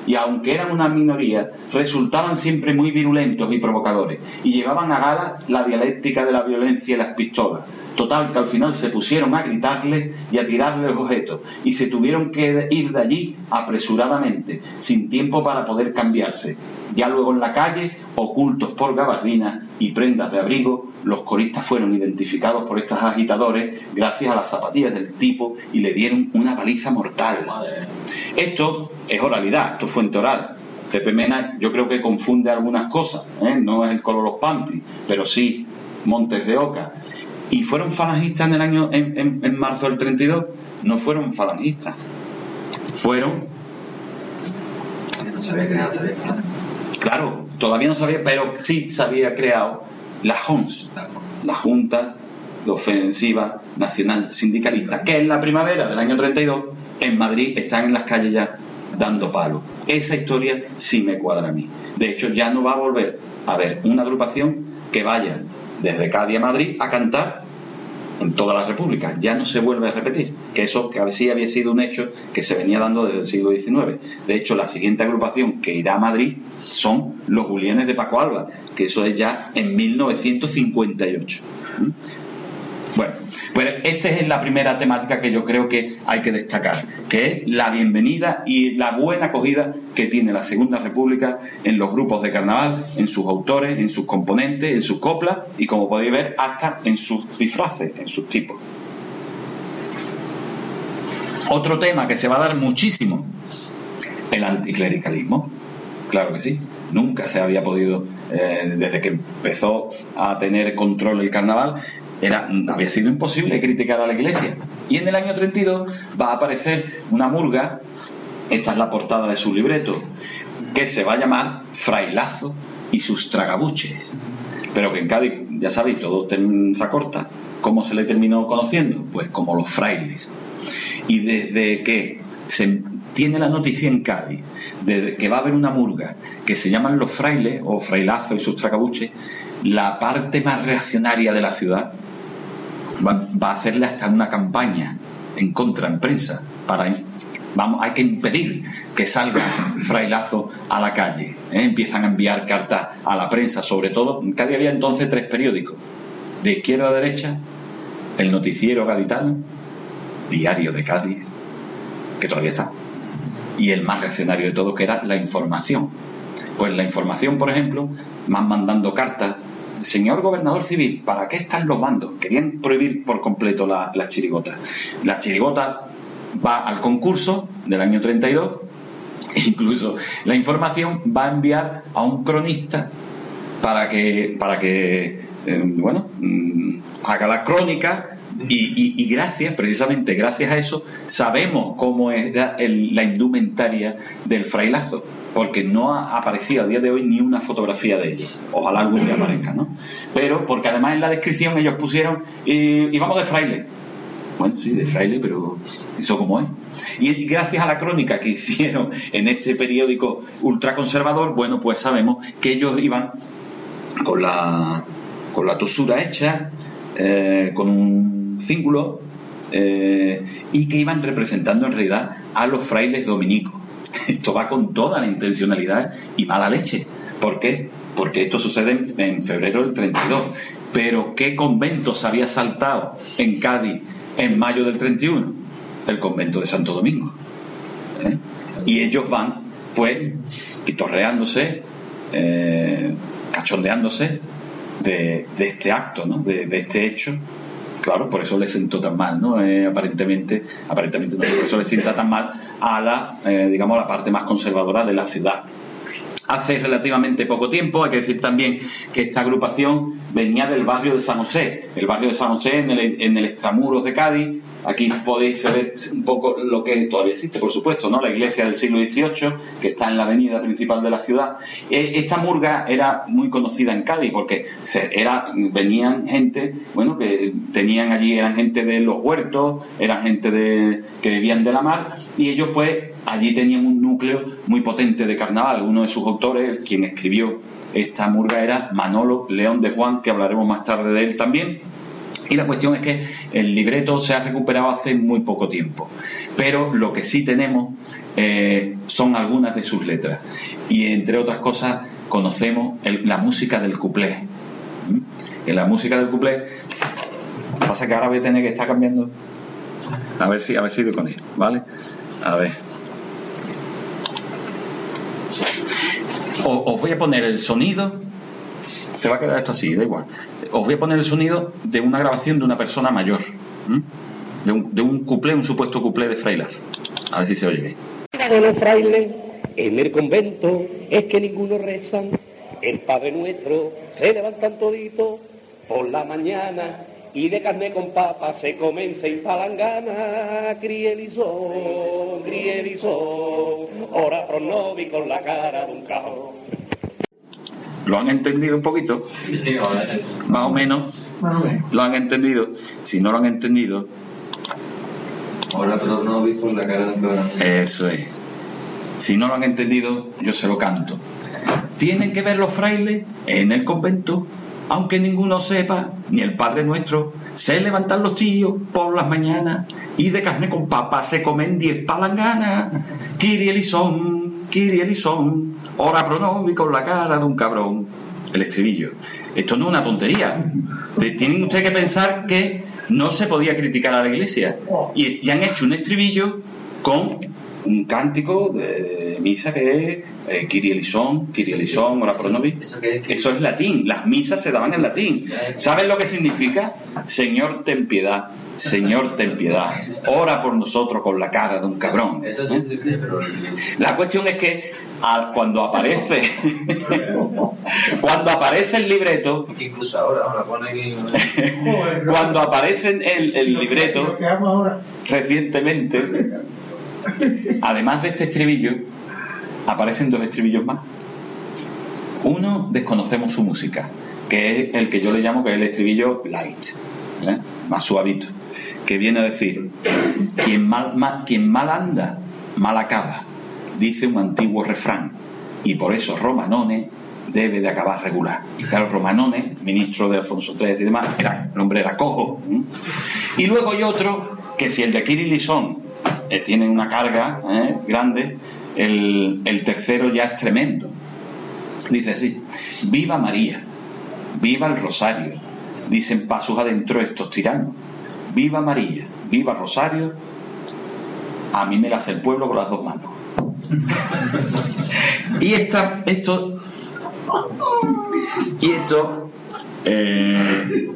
y aunque eran una minoría, resultaban siempre muy virulentos y provocadores, y llevaban a gala la dialéctica de la violencia y las pistolas. Total, que al final se pusieron a gritarles y a tirarles objetos, y se tuvieron que ir de allí apresuradamente, sin tiempo para poder cambiarse. Ya luego en la calle, ocultos por gabardinas y prendas de abrigo, los coristas fueron identificados por estos agitadores gracias a las zapatillas del tipo y le dieron una paliza mortal. Esto es oralidad, esto es fuente oral. Pepe Mena yo creo que confunde algunas cosas, ¿eh? No es el Colo Los Pampli, pero sí Montes de Oca. ¿Y fueron falangistas en el año en, en, en marzo del treinta y dos? No fueron falangistas, fueron... No se había creado todavía. Claro, todavía no sabía, pero sí se había creado la J O N S, la Junta de Ofensiva Nacional Sindicalista, que en la primavera del año treinta y dos en Madrid están en las calles ya dando palo. Esa historia sí me cuadra a mí. De hecho, ya no va a volver a haber una agrupación que vaya desde Cádiz a Madrid a cantar en toda la República. Ya no se vuelve a repetir, que eso que sí había sido un hecho que se venía dando desde el siglo diecinueve. De hecho, la siguiente agrupación que irá a Madrid son los Julienes de Paco Alba, que eso es ya en mil novecientos cincuenta y ocho. ¿Mm? Bueno, pues esta es la primera temática que yo creo que hay que destacar, que es la bienvenida y la buena acogida que tiene la Segunda República en los grupos de carnaval, en sus autores, en sus componentes, en sus coplas y, como podéis ver, hasta en sus disfraces, en sus tipos. Otro tema que se va a dar muchísimo, el anticlericalismo. Claro que sí, nunca se había podido, eh, desde que empezó a tener control el carnaval, Era, había sido imposible criticar a la Iglesia. Y en el año treinta y dos va a aparecer una murga, esta es la portada de su libreto, que se va a llamar Frailazo y sus tragabuches. Pero que en Cádiz, ya sabéis, todo se acorta. ¿Cómo se le terminó conociendo? Pues como los frailes. Y desde que se tiene la noticia en Cádiz de que va a haber una murga que se llaman los frailes o Frailazo y sus tragabuches, la parte más reaccionaria de la ciudad va, va a hacerle hasta una campaña en contra, en prensa, para vamos, hay que impedir que salga Frailazo a la calle, ¿eh? Empiezan a enviar cartas a la prensa, sobre todo en Cádiz había entonces tres periódicos, de izquierda a derecha, el Noticiero Gaditano, Diario de Cádiz, que todavía está, y el más reaccionario de todos, que era La Información. Pues La Información, por ejemplo, van mandando cartas: señor gobernador civil, ¿para qué están los bandos? Querían prohibir por completo las la chirigotas. La chirigota va al concurso del año treinta y dos, incluso La Información va a enviar a un cronista para que, para que eh, bueno, mmm, haga la crónica. Y, y, y gracias, precisamente gracias a eso, sabemos cómo era el, la indumentaria del Frailazo, porque no ha aparecido a día de hoy ni una fotografía de ellos. Ojalá algún día aparezca, ¿no? Pero porque además en la descripción ellos pusieron y, y vamos de fraile. Bueno, sí, de fraile, pero eso cómo es. Y gracias a la crónica que hicieron en este periódico ultraconservador, bueno, pues sabemos que ellos iban con la con la tosura hecha, eh, con un cíngulo, eh, y que iban representando en realidad a los frailes dominicos. Esto va con toda la intencionalidad y mala leche. ¿Por qué? Porque esto sucede en, en febrero del treinta y dos. Pero ¿qué convento se había saltado en Cádiz en mayo del treinta y uno? El convento de Santo Domingo, ¿eh? Y ellos van pues pitorreándose, eh, cachondeándose de, de este acto, ¿no? de, de este hecho. Claro, por eso le sentó tan mal, ¿no? Eh, aparentemente, aparentemente no, por eso le sienta tan mal a la, eh, digamos, a la parte más conservadora de la ciudad. Hace relativamente poco tiempo, hay que decir también que esta agrupación venía del barrio de San José, el barrio de San José en el, en el extramuros de Cádiz. Aquí podéis ver un poco lo que todavía existe, por supuesto, ¿no? La iglesia del siglo dieciocho, que está en la avenida principal de la ciudad. Esta murga era muy conocida en Cádiz porque se, era, venían gente, bueno, que tenían allí, eran gente de los huertos, eran gente de, que vivían de la mar, y ellos pues allí tenían un núcleo muy potente de carnaval. Uno de sus autores, quien escribió esta murga, era Manolo León de Juan, que hablaremos más tarde de él también. Y la cuestión es que el libreto se ha recuperado hace muy poco tiempo, pero lo que sí tenemos eh, son algunas de sus letras, y entre otras cosas conocemos el, la música del cuplé. ¿Mm? En la música del cuplé, pasa que ahora voy a tener que estar cambiando, a ver si a ver si doy con él, ¿vale? A ver, o, os voy a poner el sonido, se va a quedar esto así, da igual. Os voy a poner el sonido de una grabación de una persona mayor, ¿m? de un, de un cuplé, un supuesto cuplé de Fray Lazo. A ver si se oye bien. De los frailes en el convento es que ninguno rezan el Padre Nuestro, se levantan toditos por la mañana y de carne con papa se comen seis palanganas. Crielizón, crielizón, ora pro novi con la cara de un cajón. ¿Lo han entendido un poquito? Más o menos. ¿Lo han entendido? Si no lo han entendido... Ahora pero no vi con la cara de un cajón. Eso es. Si no lo han entendido, yo se lo canto. Tienen que ver los frailes en el convento, aunque ninguno sepa, ni el Padre Nuestro, se levantan los tíos por las mañanas y de carne con papa se comen diez palanganas. Kirielison, Kirielison, ora pro nobis con la cara de un cabrón. El estribillo. Esto no es una tontería. Tienen ustedes que pensar que no se podía criticar a la Iglesia. Y, y han hecho un estribillo con un cántico de misa que es eh, Kirielison, Kirielison, ora pro nobis. Eso es latín. Las misas se daban en latín. ¿Saben lo que significa? Señor, ten piedad. Señor, ten piedad. Ora por nosotros con la cara de un cabrón. ¿Eh? La cuestión es que al, cuando aparece cuando aparece el libreto, incluso ahora, ahora pone aquí... cuando aparece el, el libreto recientemente, además de este estribillo, aparecen dos estribillos más. Uno, desconocemos su música, que es el que yo le llamo que es el estribillo light, ¿eh? Más suavito, que viene a decir: quien mal, mal, quien mal anda, mal acaba, dice un antiguo refrán, y por eso Romanone debe de acabar regular. Claro, Romanone, ministro de Alfonso tercero y demás, era, el hombre era cojo, ¿eh? Y luego hay otro, que si el de Kirielison eh, tiene una carga eh, grande, el, el tercero ya es tremendo. Dice así: viva María, viva el Rosario, dicen pasos adentro estos tiranos. Viva María, viva Rosario, a mí me la hace el pueblo con las dos manos. Y esta, esto y esto eh,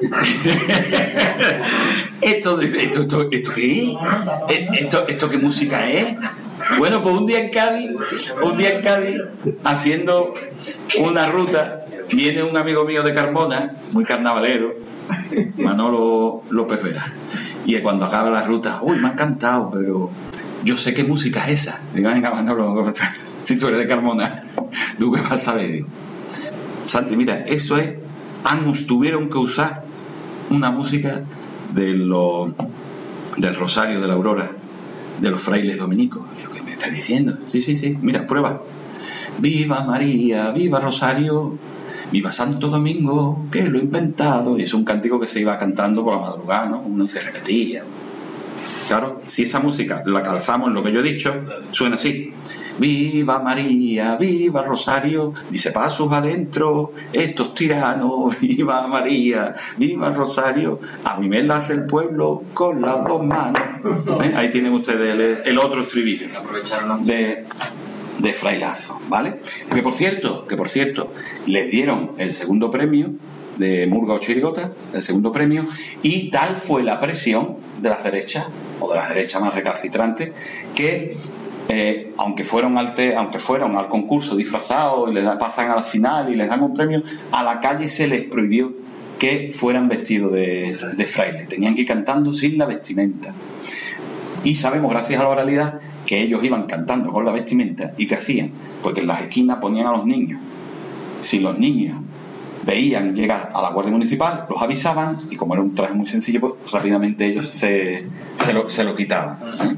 esto, esto, esto, esto ¿qué es? Esto, esto ¿qué música es? Bueno, pues un día en Cádiz, un día en Cádiz, haciendo una ruta, viene un amigo mío de Carmona, muy carnavalero, Manolo López Vera, y cuando acaba la ruta, uy, me ha encantado, pero yo sé qué música es esa. Digo, venga, Manolo, si tú eres de Carmona, ¿tú qué vas a saber? Digo, Santi, mira, eso es, Angus tuvieron que usar una música de lo, del Rosario de la Aurora, de los frailes dominicos. ¿Qué me estás diciendo? Sí, sí, sí, mira, prueba. Viva María, viva Rosario, viva Santo Domingo, que lo he inventado. Y es un cántico que se iba cantando por la madrugada, ¿no? Uno se repetía. Claro, si esa música la calzamos en lo que yo he dicho, suena así: viva María, viva Rosario, dice pasos adentro estos tiranos, viva María, viva Rosario, a mí me la hace el pueblo con las dos manos. ¿Eh? Ahí tienen ustedes el, el otro estribillo de, de Fray Lazo, ¿vale? Que por cierto, que por cierto, les dieron el segundo premio de Murga o Chirigota, el segundo premio, y tal fue la presión de las derechas, o de las derechas más recalcitrantes, que eh, aunque fueron al te, aunque fueron al concurso disfrazados y les da, pasan a la final y les dan un premio, a la calle se les prohibió que fueran vestidos de, de fraile, tenían que ir cantando sin la vestimenta. Y sabemos, gracias a la oralidad, que ellos iban cantando con la vestimenta. ¿Y qué hacían? Porque en las esquinas ponían a los niños. Si los niños veían llegar a la Guardia Municipal, los avisaban, y como era un traje muy sencillo, pues rápidamente ellos se, se, lo, se lo quitaban.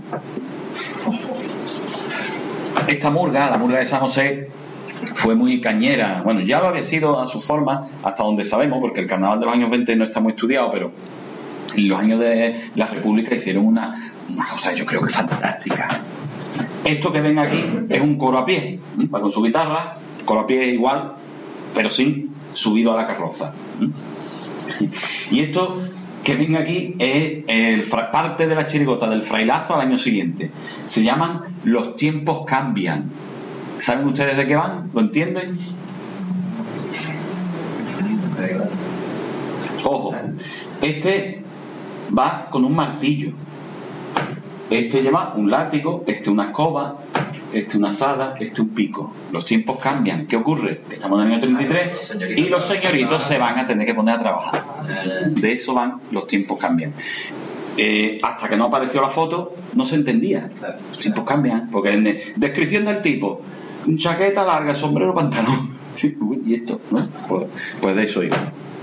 Esta murga, la murga de San José, fue muy cañera. Bueno, ya lo había sido a su forma, hasta donde sabemos, porque el carnaval de los años veinte no está muy estudiado, pero en los años de la República hicieron una, una cosa, yo creo que fantástica. Esto que ven aquí es un coro a pie, ¿eh? Va con su guitarra, el coro a pie es igual, pero sin subido a la carroza. ¿eh? Y esto que ven aquí es el, parte de la chirigota del frailazo al año siguiente. Se llaman Los tiempos cambian. ¿Saben ustedes de qué van? ¿Lo entienden? Ojo, este va con un martillo, este lleva un látigo, este una escoba, este una azada, este un pico. Los tiempos cambian. ¿Qué ocurre? Que estamos en el año treinta y tres y los señoritos se van a tener que poner a trabajar. De eso van los tiempos cambian. Eh, hasta que no apareció la foto no se entendía. Los tiempos cambian, porque en de, descripción del tipo, chaqueta larga, sombrero, pantalón. Y esto, ¿no? Pues, pues de eso iba.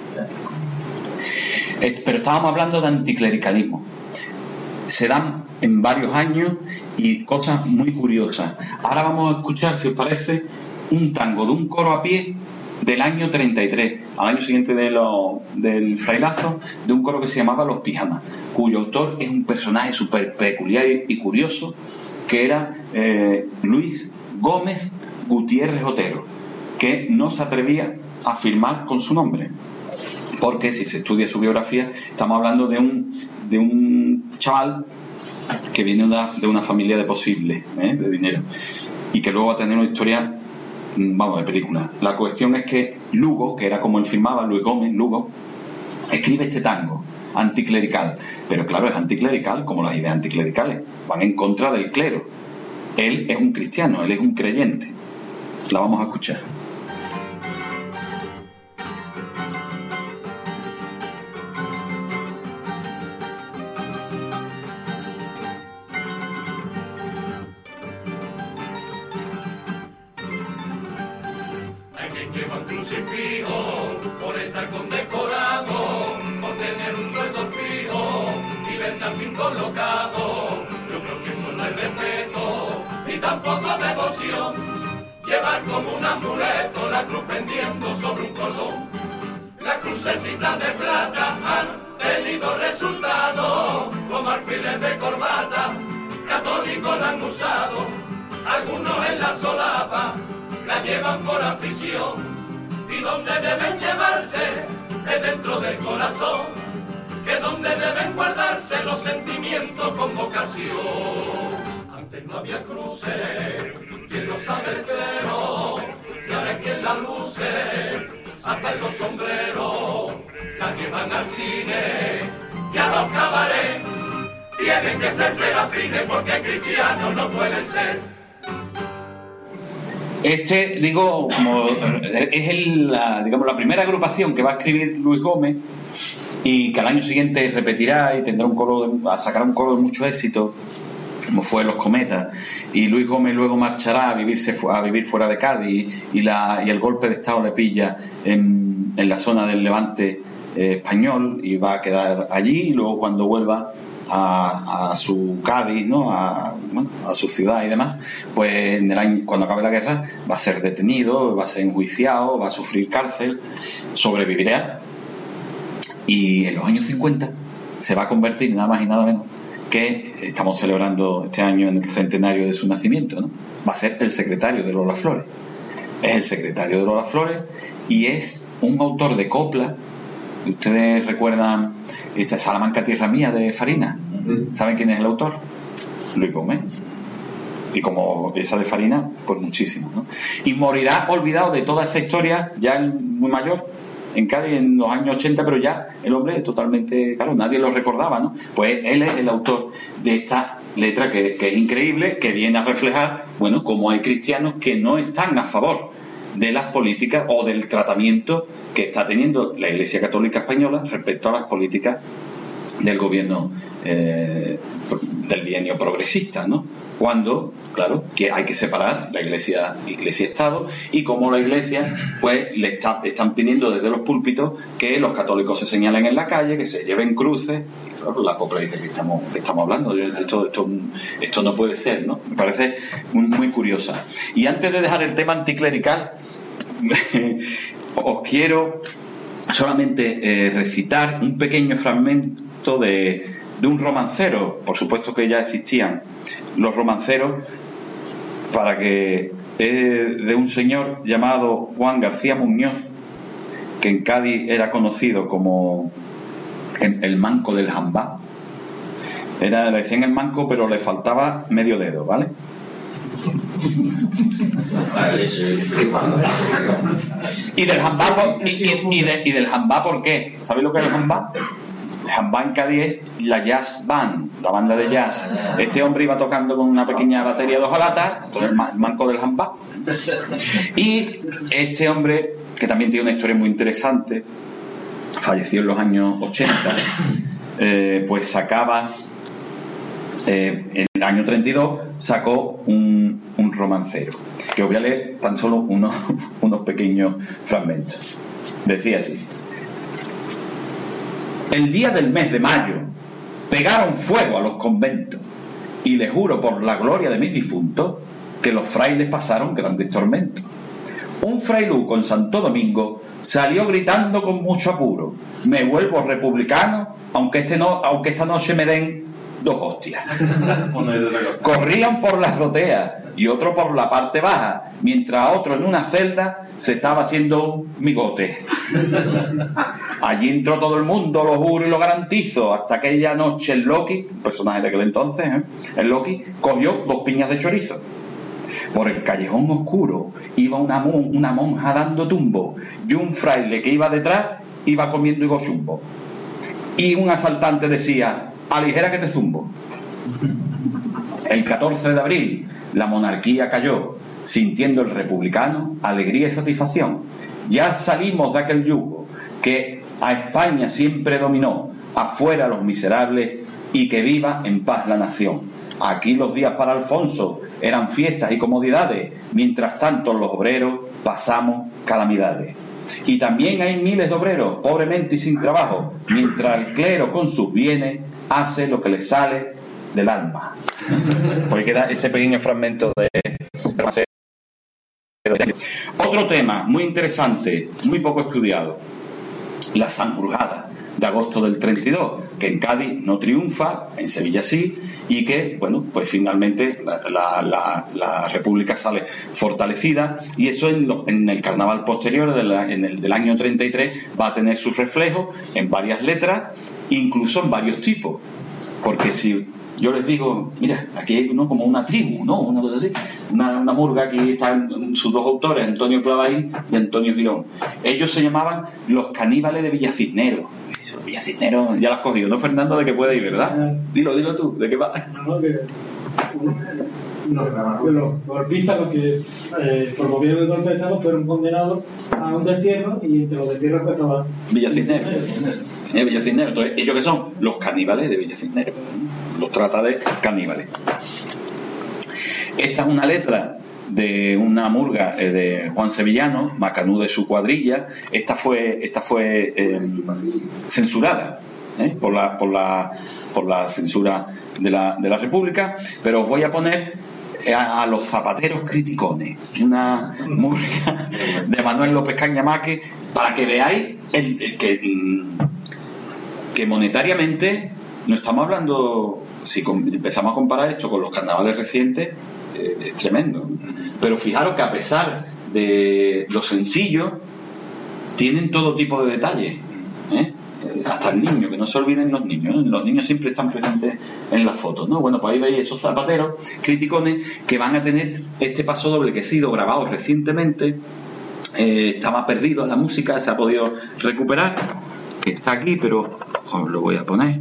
Pero estábamos hablando de anticlericalismo. Se dan en varios años y cosas muy curiosas. Ahora vamos a escuchar, si os parece, un tango de un coro a pie del año treinta y tres, al año siguiente de lo, del frailazo, de un coro que se llamaba Los Pijamas, cuyo autor es un personaje súper peculiar y curioso, que era eh, Luis Gómez Gutiérrez Otero, que no se atrevía a firmar con su nombre, porque si se estudia su biografía, estamos hablando de un, de un chaval que viene de una, de una familia de posibles, ¿eh? de dinero, y que luego va a tener una historia, vamos, de película. La cuestión es que Lugo, que era como él firmaba, Luis Gómez Lugo, escribe este tango anticlerical, pero claro, es anticlerical como las ideas anticlericales, van en contra del clero. Él es un cristiano, él es un creyente. La vamos a escuchar. Llevar como un amuleto la cruz pendiendo sobre un cordón. Las crucecitas de plata han tenido resultado, como alfiles de corbata, católicos la han usado. Algunos en la solapa la llevan por afición, y donde deben llevarse es dentro del corazón, que donde deben guardarse los sentimientos con vocación. Antes no había cruces, quien lo sabe el clero, y ahora es quien la luce, hasta en los sombreros, la llevan al cine y a los cabarets. Tienen que ser serafines porque cristianos no pueden ser. Este, digo, como es el, la, digamos, la primera agrupación que va a escribir Luis Gómez y que al año siguiente repetirá y tendrá un coro, de, sacará un coro de mucho éxito, como fue Los Cometas, y Luis Gómez luego marchará a, vivirse, a vivir fuera de Cádiz y, la, y el golpe de Estado le pilla en, en la zona del Levante eh, español y va a quedar allí, y luego cuando vuelva a, a su Cádiz, ¿no? a, bueno, a su ciudad y demás, pues en el año, cuando acabe la guerra va a ser detenido, va a ser enjuiciado, va a sufrir cárcel, sobrevivirá y en los años cincuenta se va a convertir nada más y nada menos que estamos celebrando este año en el centenario de su nacimiento, ¿no? Va a ser el secretario de Lola Flores. Es el secretario de Lola Flores y es un autor de copla. Ustedes recuerdan esta Salamanca Tierra Mía de Farina. ¿Saben quién es el autor? Luis Gómez. Y como esa de Farina, pues muchísimas, ¿no? Y morirá olvidado de toda esta historia, ya muy mayor, en Cádiz en los años ochenta, pero ya el hombre es totalmente, claro, nadie lo recordaba, ¿no? Pues él es el autor de esta letra que, que es increíble, que viene a reflejar, bueno, cómo hay cristianos que no están a favor de las políticas o del tratamiento que está teniendo la Iglesia Católica Española respecto a las políticas del gobierno eh, del bienio progresista, ¿no? Cuando, claro, que hay que separar la Iglesia Iglesia-Estado, y como la Iglesia, pues le está, están pidiendo desde los púlpitos que los católicos se señalen en la calle, que se lleven cruces, y claro, la copla dice que estamos, que estamos hablando, esto, esto, esto no puede ser, ¿no? Me parece muy, muy curiosa. Y antes de dejar el tema anticlerical, os quiero solamente eh, recitar un pequeño fragmento texto de, de un romancero. Por supuesto que ya existían los romanceros, para que es de un señor llamado Juan García Muñoz, que en Cádiz era conocido como el, el manco del jambá. Era, le decían el manco, pero le faltaba medio dedo, ¿vale? Y del jambá, y, y, y, de, y del jambá, ¿por qué? ¿Sabéis lo que es el jambá? El jambá en Cádiz es la jazz band, la banda de jazz. Este hombre iba tocando con una pequeña batería de hojalatas, entonces el manco del jambá. Y este hombre, que también tiene una historia muy interesante, falleció en los años ochenta, eh, pues sacaba, eh, en el año treinta y dos, sacó un, un romancero, que os voy a leer tan solo unos, unos pequeños fragmentos. Decía así: el día del mes de mayo pegaron fuego a los conventos, y les juro por la gloria de mis difuntos que los frailes pasaron grandes tormentos. Un frailuco en Santo Domingo salió gritando con mucho apuro: me vuelvo republicano, aunque, este no, aunque esta noche me den dos hostias. Corrían por la azotea y otro por la parte baja, mientras otro en una celda se estaba haciendo un migote. Allí entró todo el mundo, lo juro y lo garantizo. Hasta aquella noche el Loki, un personaje de aquel entonces, ¿eh? el Loki cogió dos piñas de chorizo. Por el callejón oscuro iba una, mon una monja dando tumbo, y un fraile que iba detrás iba comiendo higo chumbo. Y un asaltante decía: aligera que te zumbo. El catorce de abril la monarquía cayó, sintiendo el republicano alegría y satisfacción. Ya salimos de aquel yugo que a España siempre dominó, afuera los miserables, y que viva en paz la nación. Aquí los días para Alfonso eran fiestas y comodidades, mientras tanto los obreros pasamos calamidades. Y también hay miles de obreros, pobremente y sin trabajo, mientras el clero con sus bienes hace lo que le sale del alma. Porque queda ese pequeño fragmento de... Otro tema muy interesante, muy poco estudiado: la Sanjurjada de agosto del treinta y dos, que en Cádiz no triunfa, en Sevilla sí, y que, bueno, pues finalmente la, la, la, la República sale fortalecida, y eso en, lo, en el carnaval posterior de la, en el del año treinta y tres va a tener su reflejo en varias letras, incluso en varios tipos. Porque si yo les digo, mira, aquí hay uno como una tribu, ¿no? Una cosa así, una, una murga, aquí están sus dos autores, Antonio Clavaín y Antonio Girón. Ellos se llamaban los caníbales de Villacisneros. Los Villacisneros, ya las has cogido, ¿no, Fernando? De que puede ir, ¿verdad? Dilo, dilo tú, ¿de qué va? No, no, que los, los golpistas, los que eh, por gobierno de golpe de Estado fueron condenados a un destierro, y entre los destierros pues estaba Villacisneros. Eh, Villacisneros. Entonces, ¿ellos qué son? Los caníbales de Villacisneros. Los trata de caníbales. Esta es una letra de una murga eh, de Juan Sevillano, Macanú de su cuadrilla. Esta fue, esta fue eh, censurada ¿eh? por la, por la, por la censura de la, de la República, pero os voy a poner a, a los zapateros criticones, una murga de Manuel López Cañamaque, para que veáis el, el que, que monetariamente no estamos hablando, si empezamos a comparar esto con los carnavales recientes, eh, es tremendo. Pero fijaros que a pesar de lo sencillo, tienen todo tipo de detalles, ¿eh? Hasta el niño, que no se olviden los niños, ¿no? Los niños siempre están presentes en las fotos, ¿no? Bueno, pues ahí veis esos zapateros criticones que van a tener este paso doble que ha sido grabado recientemente. Eh, estaba perdido en la música, se ha podido recuperar, que está aquí, pero os lo voy a poner.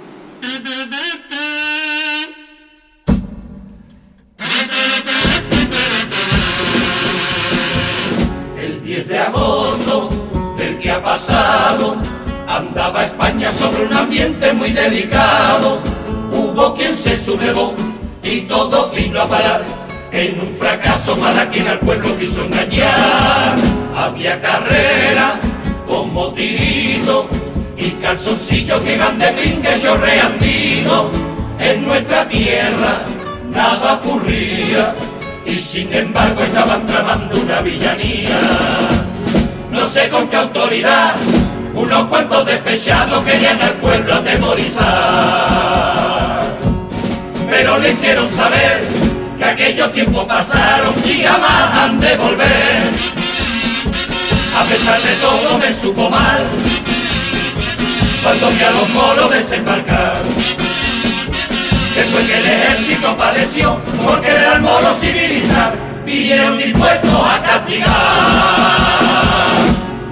El diez de agosto del que ha pasado, andaba España sobre un ambiente muy delicado. Hubo quien se sublevó y todo vino a parar en un fracaso para quien al pueblo quiso engañar. Había carrera como tirito y calzoncillos que iban de brinque chorreandito. En nuestra tierra nada ocurría y sin embargo estaban tramando una villanía. No sé con qué autoridad unos cuantos despechados querían al pueblo atemorizar, pero le hicieron saber que aquellos tiempos pasaron y jamás han de volver. A pesar de todo me supo mal cuando vi a los moros desembarcar. Después que el ejército padeció porque era el moro civilizar, vinieron dispuestos a castigar.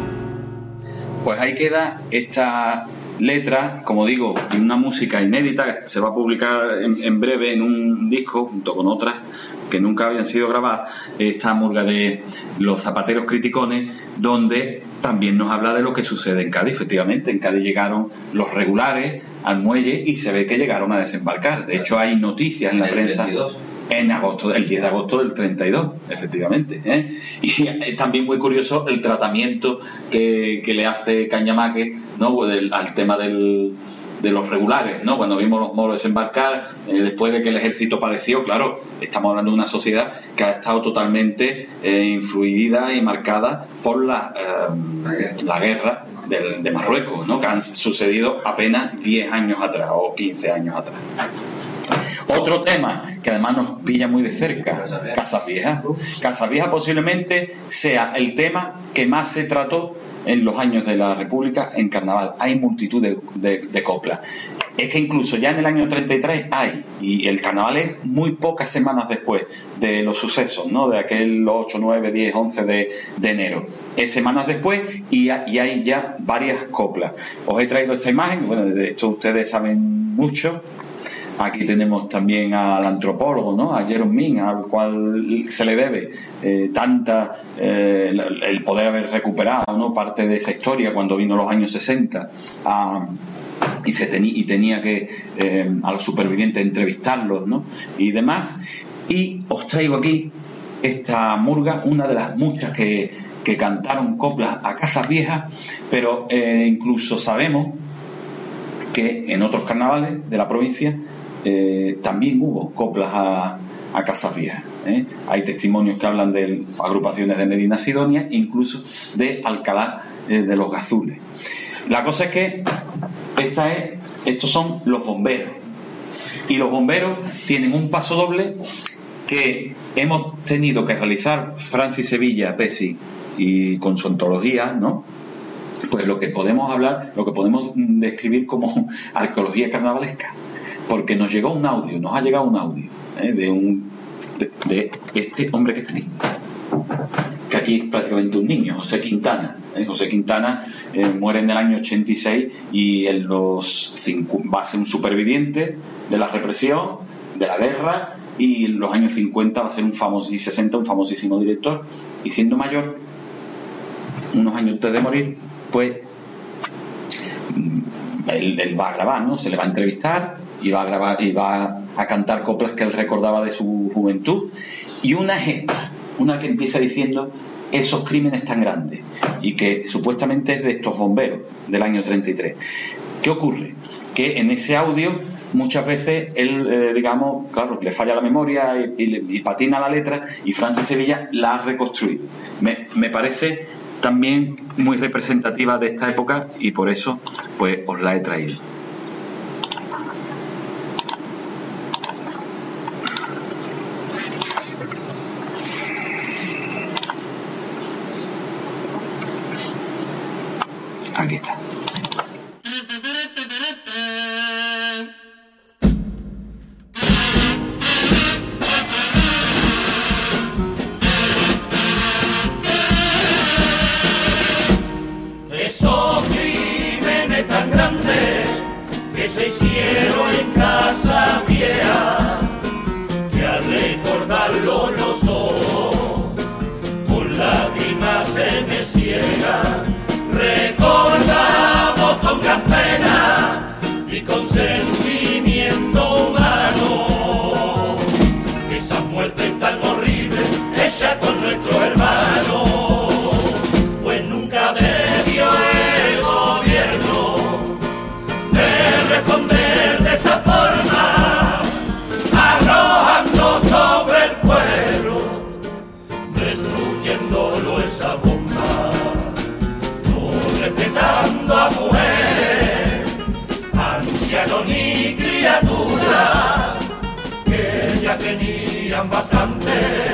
Pues ahí queda esta letra, como digo, una música inédita que se va a publicar en, en breve en un disco junto con otras que nunca habían sido grabadas, esta murga de los zapateros criticones, donde también nos habla de lo que sucede en Cádiz. Efectivamente, en Cádiz llegaron los regulares al muelle y se ve que llegaron a desembarcar. De hecho, hay noticias en la prensa en agosto, el diez de agosto del treinta y dos, efectivamente, ¿eh? Y es también muy curioso el tratamiento que, que le hace Cañamaque, ¿no?, del, al tema del, de los regulares, ¿no? Cuando vimos los moros desembarcar, eh, después de que el ejército padeció, claro, estamos hablando de una sociedad que ha estado totalmente eh, influida y marcada por la, eh, la guerra de, de Marruecos, ¿no?, que han sucedido apenas diez años atrás o quince años atrás. Otro tema que además nos pilla muy de cerca, Casas Viejas. Casas Viejas posiblemente sea el tema que más se trató en los años de la República en carnaval. Hay multitud de, de, de coplas. Es que incluso ya en el año treinta y tres hay, y el carnaval es muy pocas semanas después de los sucesos, ¿no?, de aquel ocho, nueve, diez, once de, de enero. Es semanas después y, y hay ya varias coplas. Os he traído esta imagen, bueno, de esto ustedes saben mucho. Aquí tenemos también al antropólogo, ¿no?, a Jerome Min, al cual se le debe eh, tanta eh, el poder haber recuperado, ¿no?, parte de esa historia cuando vino los años sesenta a, y se tenía y tenía que eh, a los supervivientes entrevistarlos, ¿no?, y demás. Y os traigo aquí esta murga, una de las muchas que, que cantaron coplas a Casas Viejas, pero eh, incluso sabemos que en otros carnavales de la provincia Eh, también hubo coplas a, a Casas Viejas, ¿eh? Hay testimonios que hablan de agrupaciones de Medina Sidonia, incluso de Alcalá eh, de los Gazules. La cosa es que esta es, estos son los bomberos, y los bomberos tienen un paso doble que hemos tenido que realizar Francis Sevilla, Pesi, y con su antología, ¿no?, pues lo que podemos hablar, lo que podemos describir como arqueología carnavalesca, porque nos llegó un audio, nos ha llegado un audio ¿eh? de un de, de este hombre que está aquí, que aquí es prácticamente un niño, José Quintana. ¿eh? José Quintana eh, muere en el año ochenta y seis y en los cinco, va a ser un superviviente de la represión, de la guerra, y en los años cincuenta va a ser un famoso, y sesenta un famosísimo director, y siendo mayor, unos años antes de morir, pues él, él va a grabar, ¿no? Se le va a entrevistar y va a grabar y va a cantar coplas que él recordaba de su juventud, y una es esta, una que empieza diciendo esos crímenes tan grandes, y que supuestamente es de estos bomberos del año treinta y tres. ¿Qué ocurre? Que en ese audio muchas veces él, eh, digamos, claro, le falla la memoria y, y, y patina la letra, y Francis Sevilla la ha reconstruido. Me, me parece también muy representativa de esta época, y por eso pues os la he traído. Aquí está. Esos crímenes tan grandes que se hicieron en Casas Viejas, que al recordarlo los ojos con lágrimas se me ciegan. Recordamos con gran pena y con sentimiento humano esas muertes tan horribles hechas con nuestros hermanos, pues nunca debió el gobierno de responder de esa forma, arrojando sobre el pueblo, destruyéndolo esa bomba, respetando a tenían bastante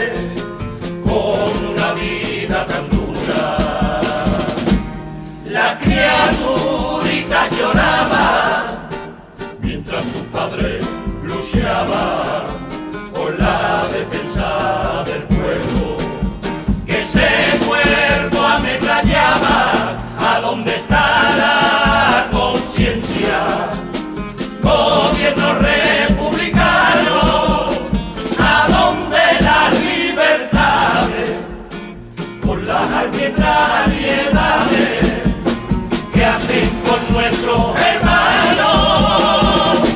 con una vida tan dura. La criaturita lloraba mientras su padre luchaba por la defensa del pueblo, que ese muerto ametrallaba. ¿A dónde está la conciencia? Gobierno republicano, ¿a dónde las libertades? Por las arbitrariedades que hacen con nuestros hermanos.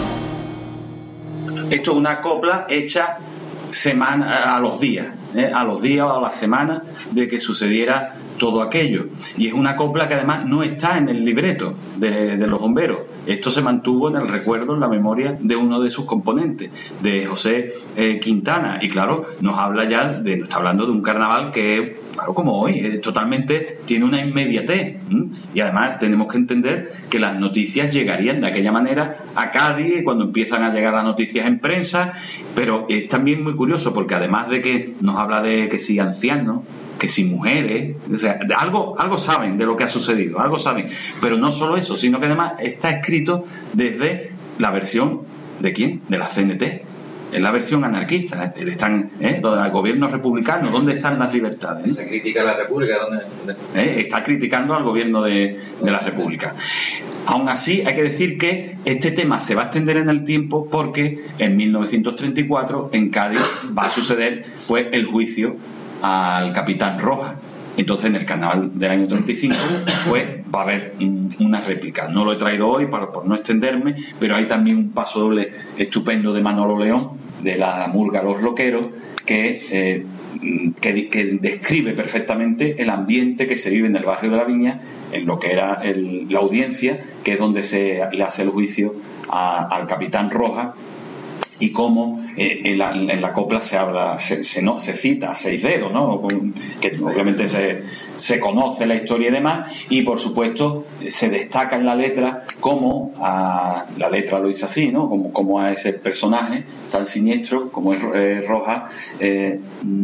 Esto es una copla hecha semana, a los días, ¿eh? a los días o a las semanas de que sucediera todo aquello. Y es una copla que además no está en el libreto de, de los bomberos. Esto se mantuvo en el recuerdo, en la memoria de uno de sus componentes, de José eh, Quintana. Y claro, nos habla ya de, nos está hablando de un carnaval que, claro, como hoy, eh, totalmente tiene una inmediatez. ¿m? Y además tenemos que entender que las noticias llegarían de aquella manera a Cádiz cuando empiezan a llegar las noticias en prensa. Pero es también muy curioso porque además de que nos habla de que sí ancianos, que si mujeres, o sea, algo, algo saben de lo que ha sucedido, algo saben, pero no solo eso, sino que además está escrito desde la versión ¿de quién? De la C N T, es la versión anarquista, están, ¿eh? Al gobierno republicano, ¿dónde están las libertades? Se critica a la República, ¿dónde? ¿Eh? Está criticando al gobierno de, de la República. Aún así, hay que decir que este tema se va a extender en el tiempo porque en mil novecientos treinta y cuatro en Cádiz va a suceder pues el juicio al capitán Rojas. Entonces en el carnaval del año treinta y cinco pues va a haber una réplica. No lo he traído hoy para, por no extenderme, pero hay también un paso doble estupendo de Manolo León, de la murga Los Loqueros, que, eh, que, que describe perfectamente el ambiente que se vive en el barrio de la Viña, en lo que era el, la audiencia, que es donde se le hace el juicio a, al capitán Rojas, y cómo eh, en, la, en la copla se habla, se, se, no, se cita a Seis Dedos, ¿no? Que obviamente se, se conoce la historia y demás, y por supuesto se destaca en la letra cómo a, la letra lo dice así, ¿no? Como, como a ese personaje tan siniestro como es eh, Rojas eh,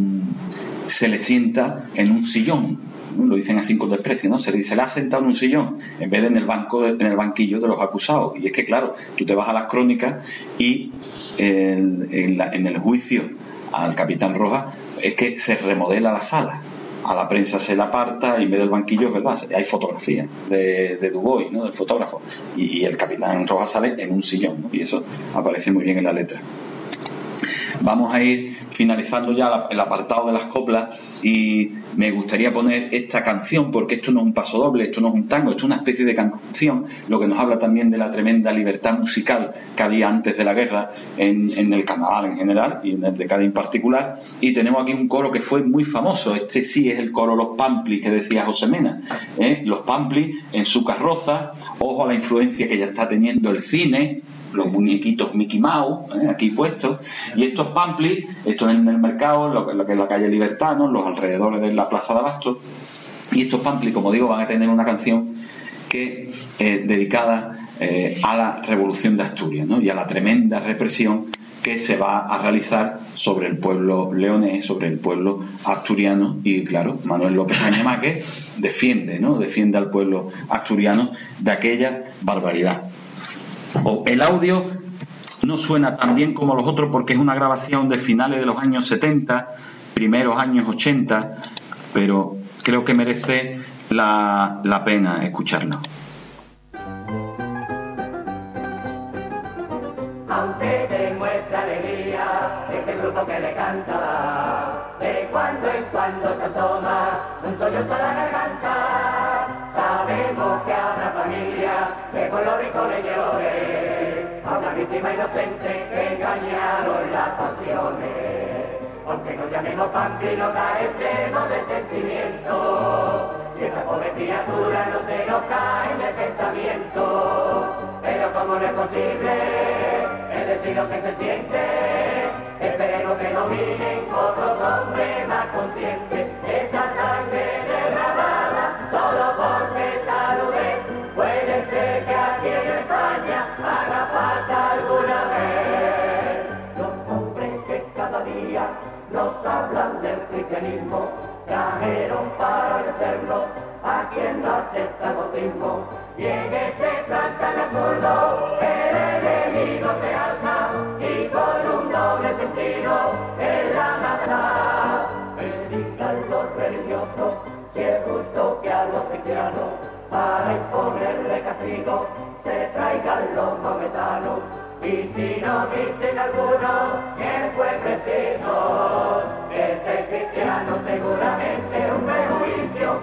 se le sienta en un sillón. Lo dicen así con desprecio, ¿no? Se le, se le ha sentado en un sillón en vez de en el banco de, en el banquillo de los acusados. Y es que claro, tú te vas a las crónicas y en, en, la, en el juicio al capitán Rojas es que se remodela la sala, a la prensa se la aparta y en vez del banquillo, es verdad, hay fotografías de, de Dubois, ¿no? Del fotógrafo, y, y el capitán Rojas sale en un sillón, ¿no? Y eso aparece muy bien en la letra. Vamos a ir finalizando ya el apartado de las coplas y me gustaría poner esta canción, porque esto no es un paso doble, esto no es un tango, esto es una especie de canción, lo que nos habla también de la tremenda libertad musical que había antes de la guerra en, en el carnaval en general y en el de Cádiz en particular. Y tenemos aquí un coro que fue muy famoso, este sí es el coro Los Pamplis que decía José Mena, ¿eh? Los Pamplis en su carroza, ojo a la influencia que ya está teniendo el cine, los muñequitos Mickey Mouse, ¿eh? Aquí puestos, y estos pamplis, esto en el mercado, lo, lo que es la calle Libertad, ¿no? Los alrededores de la Plaza de Abasto, y estos pamplis, como digo, van a tener una canción que eh, dedicada eh, a la Revolución de Asturias, ¿no? Y a la tremenda represión que se va a realizar sobre el pueblo leonés, sobre el pueblo asturiano, y claro, Manuel López Añemaque defiende, ¿no? Defiende al pueblo asturiano de aquella barbaridad. O el audio no suena tan bien como los otros porque es una grabación de finales de los años setenta, primeros años ochenta, pero creo que merece la, la pena escucharlo. Aunque demuestra alegría este grupo que le canta, de cuando en cuando se asoma un sollozo a la garganta, sabemos que habrá familia que con lo rico le llore a una víctima inocente que engañaron las pasiones. Aunque nos llamemos Pampli, no carecemos de sentimiento, y esta pobre criatura no se nos cae en el pensamiento. Pero como no es posible es decir lo que se siente, esperemos que dominen otros hombres más conscientes. Esa sangre derramada solo por saludez, puede ser que aquí en España haga falta alguna vez. Los hombres que cada cofradía nos hablan del cristianismo, trajeron para vencernos a quien no acepta el bautismo. Y en ese plan tan absurdo el enemigo se alza y con un doble sentido en la mata. Predican los religiosos si es justo que a los cristianos para imponerle castigo se traigan los maometanos. Y si no dicen algunos que fue preciso, ese cristiano seguramente es un prejuicio.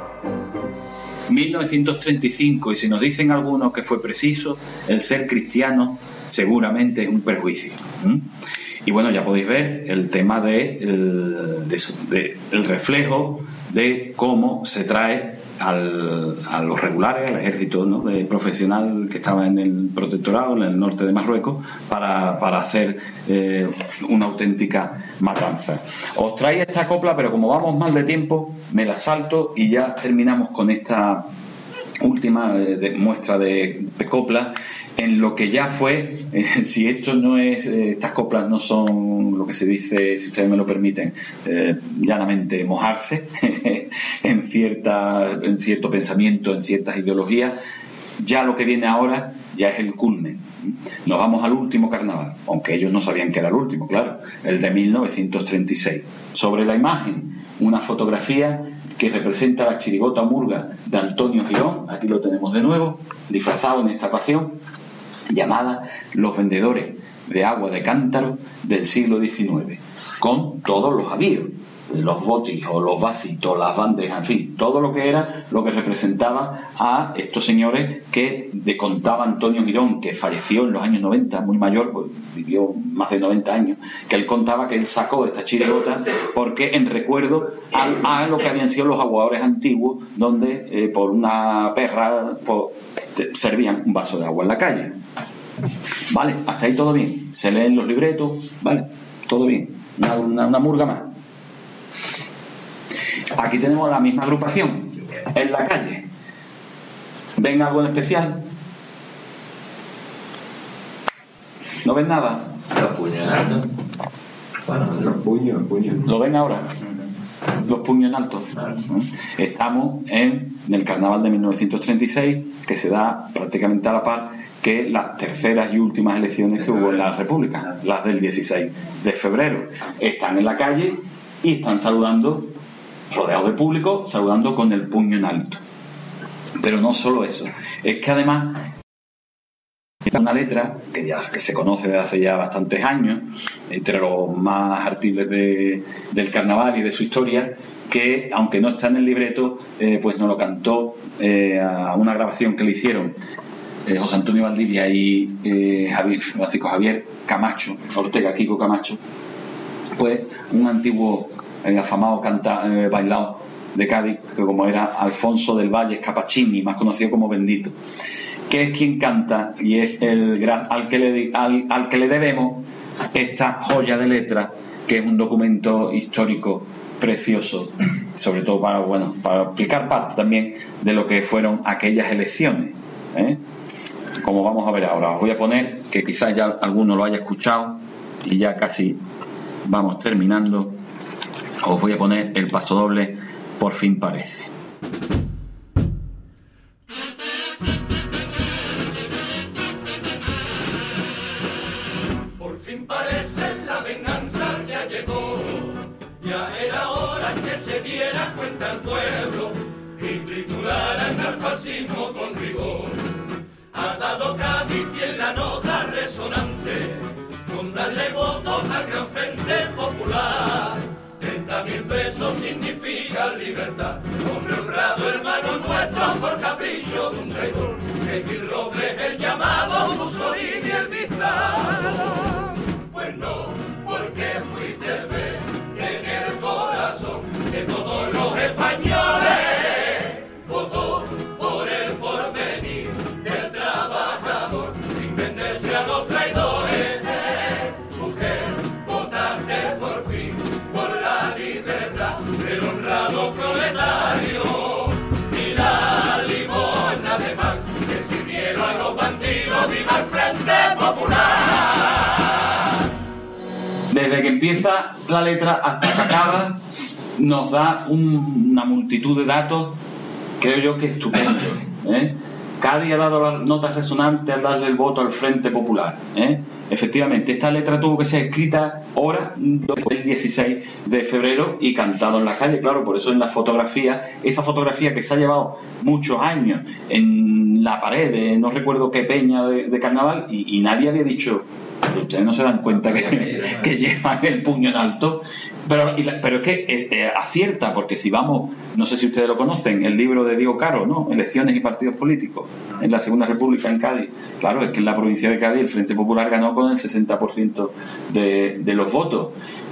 mil novecientos treinta y cinco, y si nos dicen algunos que fue preciso, el ser cristiano seguramente es un perjuicio. ¿Mm? Y bueno, ya podéis ver el tema de el, de, de, el reflejo de cómo se trae al, a los regulares, al ejército, ¿no?, de profesional que estaba en el protectorado, en el norte de Marruecos, para, para hacer eh, una auténtica matanza. Os traía esta copla, pero como vamos mal de tiempo, me la salto y ya terminamos con esta última eh, de, muestra de, de copla, en lo que ya fue, eh, si esto no es, eh, estas coplas no son lo que se dice, si ustedes me lo permiten, eh, llanamente mojarse en, cierta, en cierto pensamiento, en ciertas ideologías, ya lo que viene ahora ya es el culmen. Nos vamos al último carnaval, aunque ellos no sabían que era el último, claro, el de mil novecientos treinta y seis. Sobre la imagen, una fotografía que representa la chirigota murga de Antonio Girón, aquí lo tenemos de nuevo, disfrazado en esta ocasión, llamada Los vendedores de agua de cántaro del siglo diecinueve, con todos los avíos, los botijos, los vasitos, las bandejas, en fin, todo lo que era lo que representaba a estos señores que de contaba Antonio Girón, que falleció en los años noventa, muy mayor, pues vivió más de noventa años, que él contaba que él sacó esta chirigota porque en recuerdo a, a lo que habían sido los aguadores antiguos, donde eh, por una perra pues, servían un vaso de agua en la calle. Vale, hasta ahí todo bien, se leen los libretos, vale, todo bien, una, una, una murga más. Aquí tenemos la misma agrupación en la calle. ¿Ven algo en especial? ¿No ven nada? Los puños en alto. Bueno, los puños, puños. ¿Lo ven ahora? Los puños en alto. Estamos en el carnaval de mil novecientos treinta y seis, que se da prácticamente a la par que las terceras y últimas elecciones que hubo en la República, las del dieciséis de febrero. Están en la calle y están saludando, rodeados de público, saludando con el puño en alto. Pero no solo eso, es que además es una letra que ya que se conoce desde hace ya bastantes años, entre los más artibles de, del carnaval y de su historia, que aunque no está en el libreto, eh, pues nos lo cantó eh, a una grabación que le hicieron eh, José Antonio Valdivia y eh, Javier, Francisco Javier Camacho, Ortega, Kiko Camacho, pues un antiguo eh, afamado canta, eh, bailado de Cádiz, que como era Alfonso del Valle Scapacini, más conocido como Bendito, que es quien canta y es el gran, al, que le, al, al que le debemos esta joya de letra, que es un documento histórico precioso, sobre todo para, bueno, para explicar parte también de lo que fueron aquellas elecciones, ¿eh? Como vamos a ver ahora. Os voy a poner, que quizás ya alguno lo haya escuchado y ya casi vamos terminando, os voy a poner el paso doble Por fin parece. Por fin parece la venganza ya llegó, ya era hora que se diera cuenta al pueblo y trituraran al fascismo con rigor. Ha dado Cádiz y en la nota resonante con darle votos al gran frente popular. Treinta mil presos significa libertad, hombre honrado, hermano nuestro, por capricho de un traidor. Que Gil Robles el llamado, Mussolini el dictador. Pues no, porque fuiste fe en el corazón de todos los españoles. Votó por el porvenir del trabajador, sin venderse a los traidores. Eh, mujer, votaste por fin por la libertad del honrado proletario. empieza la letra hasta que acaba, nos da un, una multitud de datos, creo yo que estupendo, ¿eh? Cádiz ha dado las notas resonantes al darle el voto al Frente Popular, ¿eh? Efectivamente, esta letra tuvo que ser escrita ahora, el dieciséis de febrero, y cantado en la calle, claro, por eso en la fotografía, esa fotografía que se ha llevado muchos años en la pared de no recuerdo qué peña de, de carnaval, y, y nadie había dicho, pero ustedes no se dan cuenta que, que llevan el puño en alto, pero, y la, pero es que eh, eh, acierta, porque si vamos, no sé si ustedes lo conocen, el libro de Diego Caro, ¿no? Elecciones y partidos políticos en la Segunda República en Cádiz. Claro, es que en la provincia de Cádiz el Frente Popular ganó con el sesenta por ciento de, de los votos.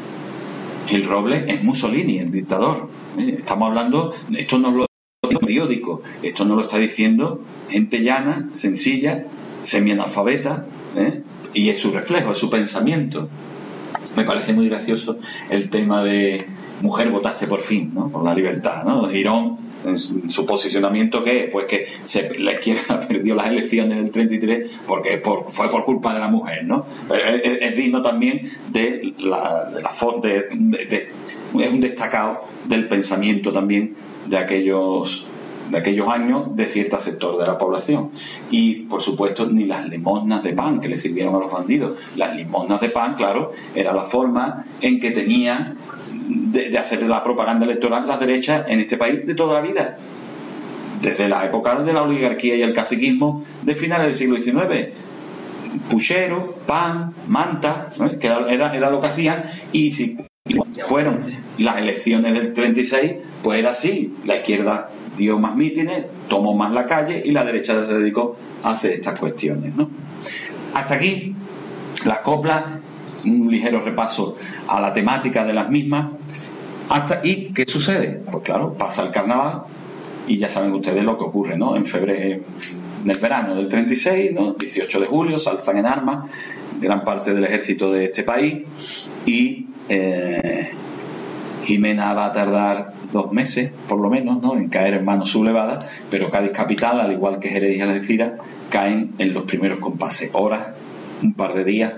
El Roble es Mussolini, el dictador. Eh, estamos hablando, esto no lo periódico, esto no lo está diciendo gente llana, sencilla, semianalfabeta, ¿eh? Y es su reflejo, es su pensamiento. Me parece muy gracioso el tema de mujer, votaste por fin, ¿no? Por la libertad, ¿no? Girón, en su, en su posicionamiento, ¿qué es? Pues que se, la izquierda perdió las elecciones del treinta y tres porque por, fue por culpa de la mujer, ¿no? Es, es, es digno también de la, de la de, de, de, es un destacado del pensamiento también de aquellos de aquellos años de cierto sector de la población. Y por supuesto ni las limosnas de pan que le sirvieron a los bandidos. Las limosnas de pan, claro, era la forma en que tenía de, de hacer la propaganda electoral las derechas en este país de toda la vida, desde la época de la oligarquía y el caciquismo de finales del siglo diecinueve. Puchero, pan, manta, ¿no? Que era, era, era lo que hacían. Y si fueron las elecciones del treinta y seis, pues era así, la izquierda dio más mítines, tomó más la calle y la derecha se dedicó a hacer estas cuestiones, ¿no? Hasta aquí las coplas, un ligero repaso a la temática de las mismas. Hasta ¿y qué sucede? Pues claro, pasa el carnaval y ya saben ustedes lo que ocurre, ¿no? En febrero, en el verano del treinta y seis, ¿no? dieciocho de julio, se alzan en armas gran parte del ejército de este país y eh, Jimena va a tardar dos meses, por lo menos, ¿no? En caer en manos sublevadas, pero Cádiz capital, al igual que Jerez y Algeciras, caen en los primeros compases. Horas, un par de días,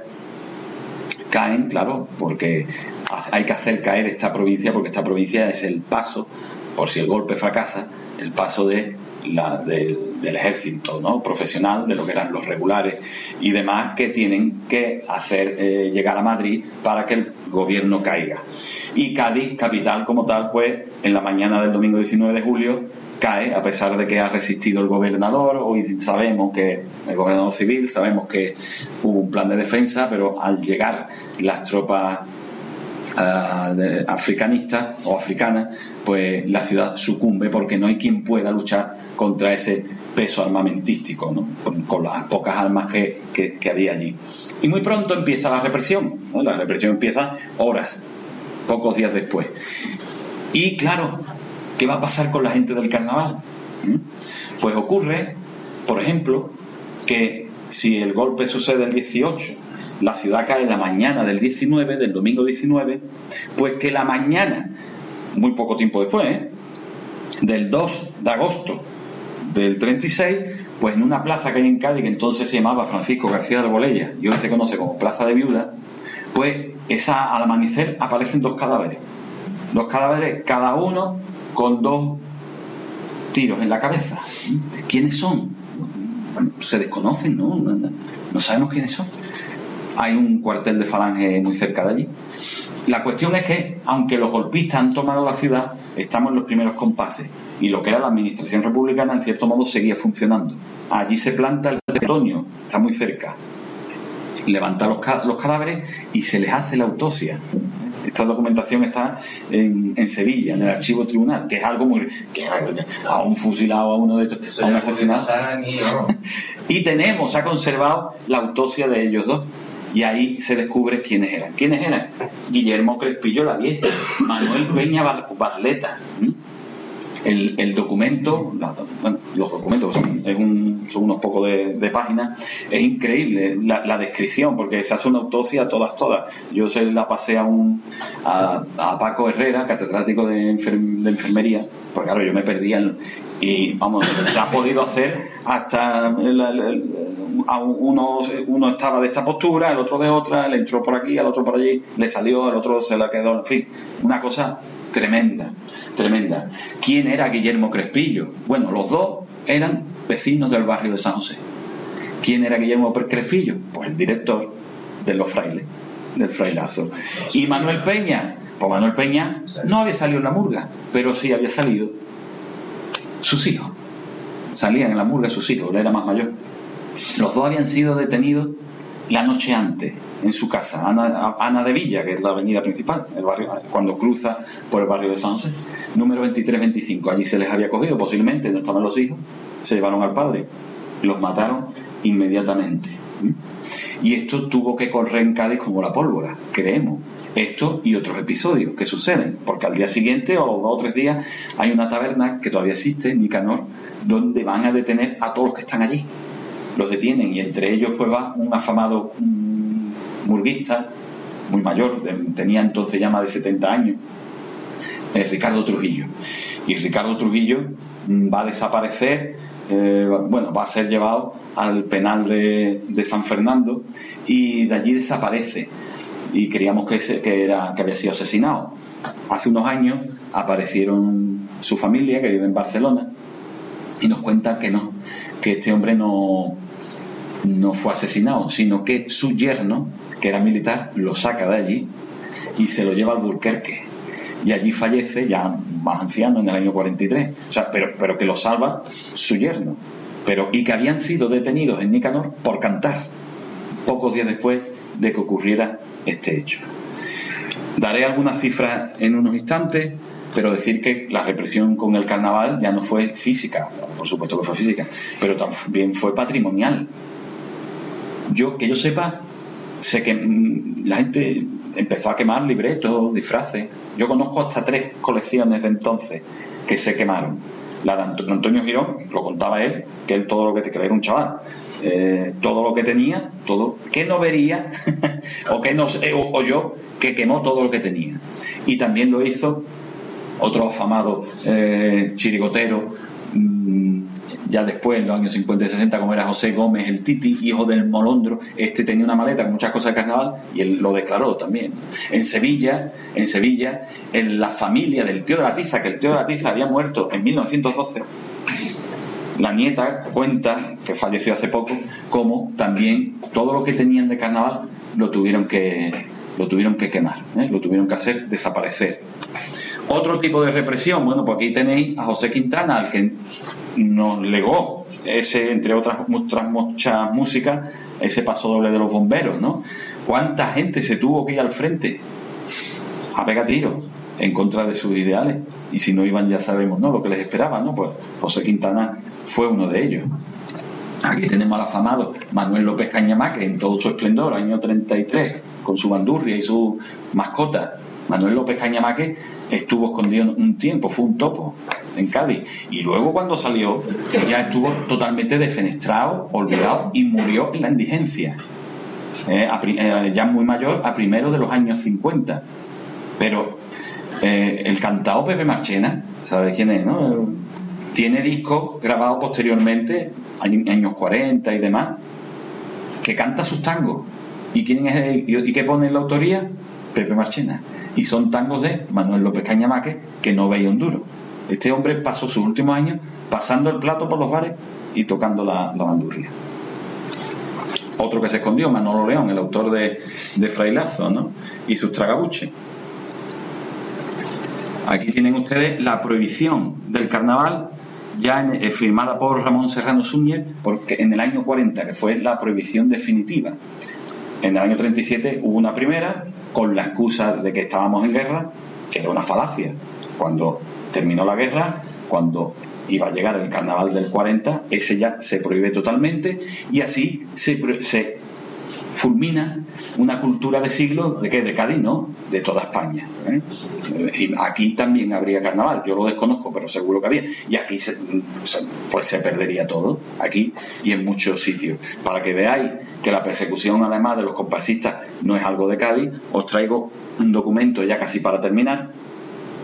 caen, claro, porque hay que hacer caer esta provincia, porque esta provincia es el paso, por si el golpe fracasa, el paso de la, de, del ejército, ¿no? Profesional, de lo que eran los regulares y demás, que tienen que hacer eh, llegar a Madrid para que el gobierno caiga. Y Cádiz capital como tal, pues en la mañana del domingo diecinueve de julio cae, a pesar de que ha resistido el gobernador. Hoy sabemos que el gobernador civil, sabemos que hubo un plan de defensa, pero al llegar las tropas Uh, de, africanistas o africanas, pues la ciudad sucumbe porque no hay quien pueda luchar contra ese peso armamentístico, ¿no? con, con las pocas armas que, que, que había allí. Y muy pronto empieza la represión, ¿no? La represión empieza horas, pocos días después. Y claro, ¿qué va a pasar con la gente del carnaval? ¿Mm? Pues ocurre, por ejemplo, que si el golpe sucede el dieciocho, la ciudad cae la mañana del diecinueve, del domingo diecinueve, pues que la mañana, muy poco tiempo después, ¿eh? del dos de agosto del treinta y seis, pues en una plaza que hay en Cádiz, que entonces se llamaba Francisco García de Arbolella y hoy se conoce como Plaza de Viuda, pues esa, al amanecer aparecen dos cadáveres. Dos cadáveres, cada uno con dos tiros en la cabeza. ¿Quiénes son? Bueno, se desconocen, ¿no? No, no sabemos quiénes son. Hay un cuartel de Falange muy cerca de allí. La cuestión es que, aunque los golpistas han tomado la ciudad, estamos en los primeros compases y lo que era la administración republicana en cierto modo seguía funcionando. Allí se planta el otoño, está muy cerca, levanta los, los cadáveres y se les hace la autopsia. Esta documentación está en, en Sevilla, en el archivo tribunal, que es algo muy... que a un fusilado, a uno de estos, a un asesinado. Y tenemos, ha conservado la autopsia de ellos dos. Y ahí se descubre quiénes eran. ¿Quiénes eran? Guillermo Crespillo la Vieja, Manuel Peña Barleta. El, el documento, la, bueno, los documentos son, es un, son unos pocos de, de páginas, es increíble la, la descripción, porque se hace una autopsia todas, todas. Yo se la pasé a, un, a, a Paco Herrera, catedrático de, enfer, de enfermería, pues claro, yo me perdía en, Y vamos, se ha podido hacer hasta el, el, el, a uno, uno estaba de esta postura, el otro de otra, le entró por aquí, al otro por allí, le salió, el otro se la quedó, en fin, una cosa tremenda, tremenda. ¿Quién era Guillermo Crespillo? Bueno, los dos eran vecinos del barrio de San José. ¿Quién era Guillermo Crespillo? Pues el director de Los Frailes, del Frailazo. ¿Y Manuel Peña? Pues Manuel Peña no había salido en la murga, pero sí había salido sus hijos. Salían en la murga sus hijos, él era más mayor. Los dos habían sido detenidos la noche antes en su casa, Ana, Ana de Villa, que es la avenida principal, el barrio, cuando cruza por el barrio de San José, número veintitrés veinticinco. Allí se les había cogido, posiblemente no estaban los hijos, se llevaron al padre, los mataron inmediatamente. Y esto tuvo que correr en Cádiz como la pólvora, creemos. Esto y otros episodios que suceden, porque al día siguiente o a los dos o tres días hay una taberna que todavía existe, Nicanor, donde van a detener a todos los que están allí. Los detienen y entre ellos pues va un afamado um, murguista muy mayor, de, tenía entonces ya más de setenta años, eh, Ricardo Trujillo. Y Ricardo Trujillo um, va a desaparecer, eh, bueno, va a ser llevado al penal de, de San Fernando y de allí desaparece. Y creíamos que, ese, que, era, que había sido asesinado. Hace unos años aparecieron su familia, que vive en Barcelona, y nos cuentan que no, que este hombre no, no fue asesinado, sino que su yerno, que era militar, lo saca de allí y se lo lleva al Alburquerque. Y allí fallece, ya más anciano, en el año cuarenta y tres. O sea, pero, pero que lo salva su yerno. Pero, y que habían sido detenidos en Nicanor por cantar, pocos días después de que ocurriera este hecho. Daré algunas cifras en unos instantes, pero decir que la represión con el carnaval ya no fue física, por supuesto que fue física, pero también fue patrimonial. Yo, que yo sepa, sé que mmm, la gente empezó a quemar libretos, disfraces. Yo conozco hasta tres colecciones de entonces que se quemaron. La de Antonio Girón, lo contaba él, que él todo lo que te creía era un chaval. Eh, todo lo que tenía, todo que no vería o que no eh, o, o yo que quemó todo lo que tenía. Y también lo hizo otro afamado eh, chirigotero mmm, ya después en los años cincuenta y sesenta, como era José Gómez el Titi, hijo del Molondro. Este tenía una maleta con muchas cosas de carnaval y él lo declaró también. En Sevilla, en Sevilla, en la familia del tío de la Tiza, que el tío de la Tiza había muerto en mil novecientos doce. La nieta cuenta, que falleció hace poco, como también todo lo que tenían de carnaval lo tuvieron que, lo tuvieron que quemar, ¿eh? Lo tuvieron que hacer desaparecer. Otro tipo de represión, bueno, pues aquí tenéis a José Quintana, al que nos legó ese, entre otras, otras muchas músicas, ese paso doble de los bomberos, ¿no? ¿Cuánta gente se tuvo que ir al frente a pegar tiros en contra de sus ideales? Y si no iban, ya sabemos, ¿no?, lo que les esperaba, ¿no? Pues José Quintana fue uno de ellos. Aquí tenemos al afamado Manuel López Cañamaque en todo su esplendor, año treinta y tres, con su bandurria y su mascota. Manuel López Cañamaque estuvo escondido un tiempo, fue un topo en Cádiz, y luego cuando salió ya estuvo totalmente defenestrado, olvidado, y murió en la indigencia, eh, a, eh, ya muy mayor, a primeros de los años cincuenta. Pero eh, el cantao Pepe Marchena, ¿sabes quién es, no? Tiene discos grabados posteriormente, años cuarenta y demás, que canta sus tangos. ¿Y quién es el, y qué pone en la autoría? Pepe Marchena. Y son tangos de Manuel López Cañamaque, que no veía un duro. Este hombre pasó sus últimos años pasando el plato por los bares y tocando la, la bandurria. Otro que se escondió, Manolo León, el autor de, de Frailazo, ¿no?, y sus tragabuches. Aquí tienen ustedes la prohibición del carnaval, ya en, eh, firmada por Ramón Serrano Súñez, porque en el año cuarenta, que fue la prohibición definitiva. En el año treinta y siete hubo una primera, con la excusa de que estábamos en guerra, que era una falacia. Cuando terminó la guerra, cuando iba a llegar el carnaval del cuarenta, ese ya se prohíbe totalmente, y así se, se fulmina una cultura de siglos, ¿de qué? De Cádiz, ¿no?, de toda España, ¿eh? Y aquí también habría carnaval, yo lo desconozco, pero seguro que había, y aquí se, se, pues se perdería todo, aquí y en muchos sitios. Para que veáis que la persecución, además de los comparsistas, no es algo de Cádiz, os traigo un documento ya casi para terminar,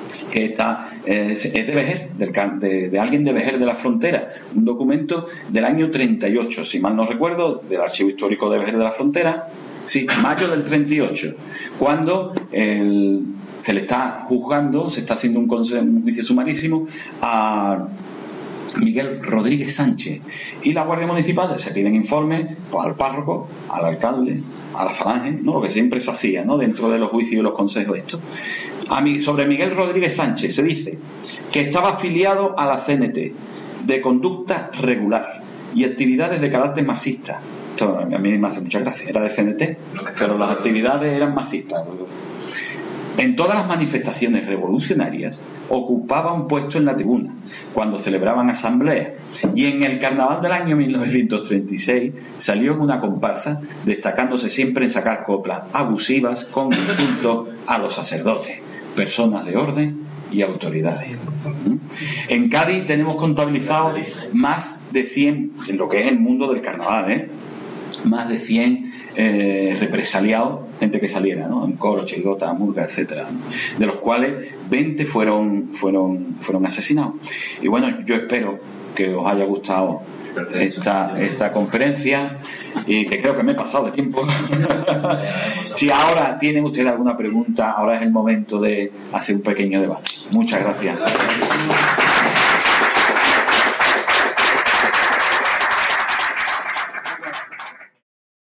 que está, eh, es de Vejer, del, de, de alguien de Vejer de la Frontera, un documento del año treinta y ocho, si mal no recuerdo, del Archivo Histórico de Vejer de la Frontera, sí, mayo del treinta y ocho, cuando el, se le está juzgando, se está haciendo un, consejo, un juicio sumarísimo a Miguel Rodríguez Sánchez, y la Guardia Municipal se piden informes pues, al párroco, al alcalde, a la falange, ¿no? Lo que siempre se hacía, ¿no? Dentro de los juicios y los consejos esto. A mí, sobre Miguel Rodríguez Sánchez se dice que estaba afiliado a la C N T de conducta regular y actividades de carácter marxista. Esto a mí me hace mucha gracia, era de C N T, pero las actividades eran marxistas. En todas las manifestaciones revolucionarias ocupaba un puesto en la tribuna cuando celebraban asambleas, y en el carnaval del año mil novecientos treinta y seis salió en una comparsa, destacándose siempre en sacar coplas abusivas con insultos a los sacerdotes, personas de orden y autoridades. En Cádiz tenemos contabilizado más de cien, en lo que es el mundo del carnaval, ¿eh? más de cien eh, represaliados, gente que saliera, ¿no? En coro, chirigota, murga, etcétera, ¿no? De los cuales veinte fueron, fueron, fueron asesinados. Y bueno, yo espero que os haya gustado esta, esta conferencia, y que creo que me he pasado de tiempo. Si ahora tienen ustedes alguna pregunta, ahora es el momento de hacer un pequeño debate. Muchas gracias.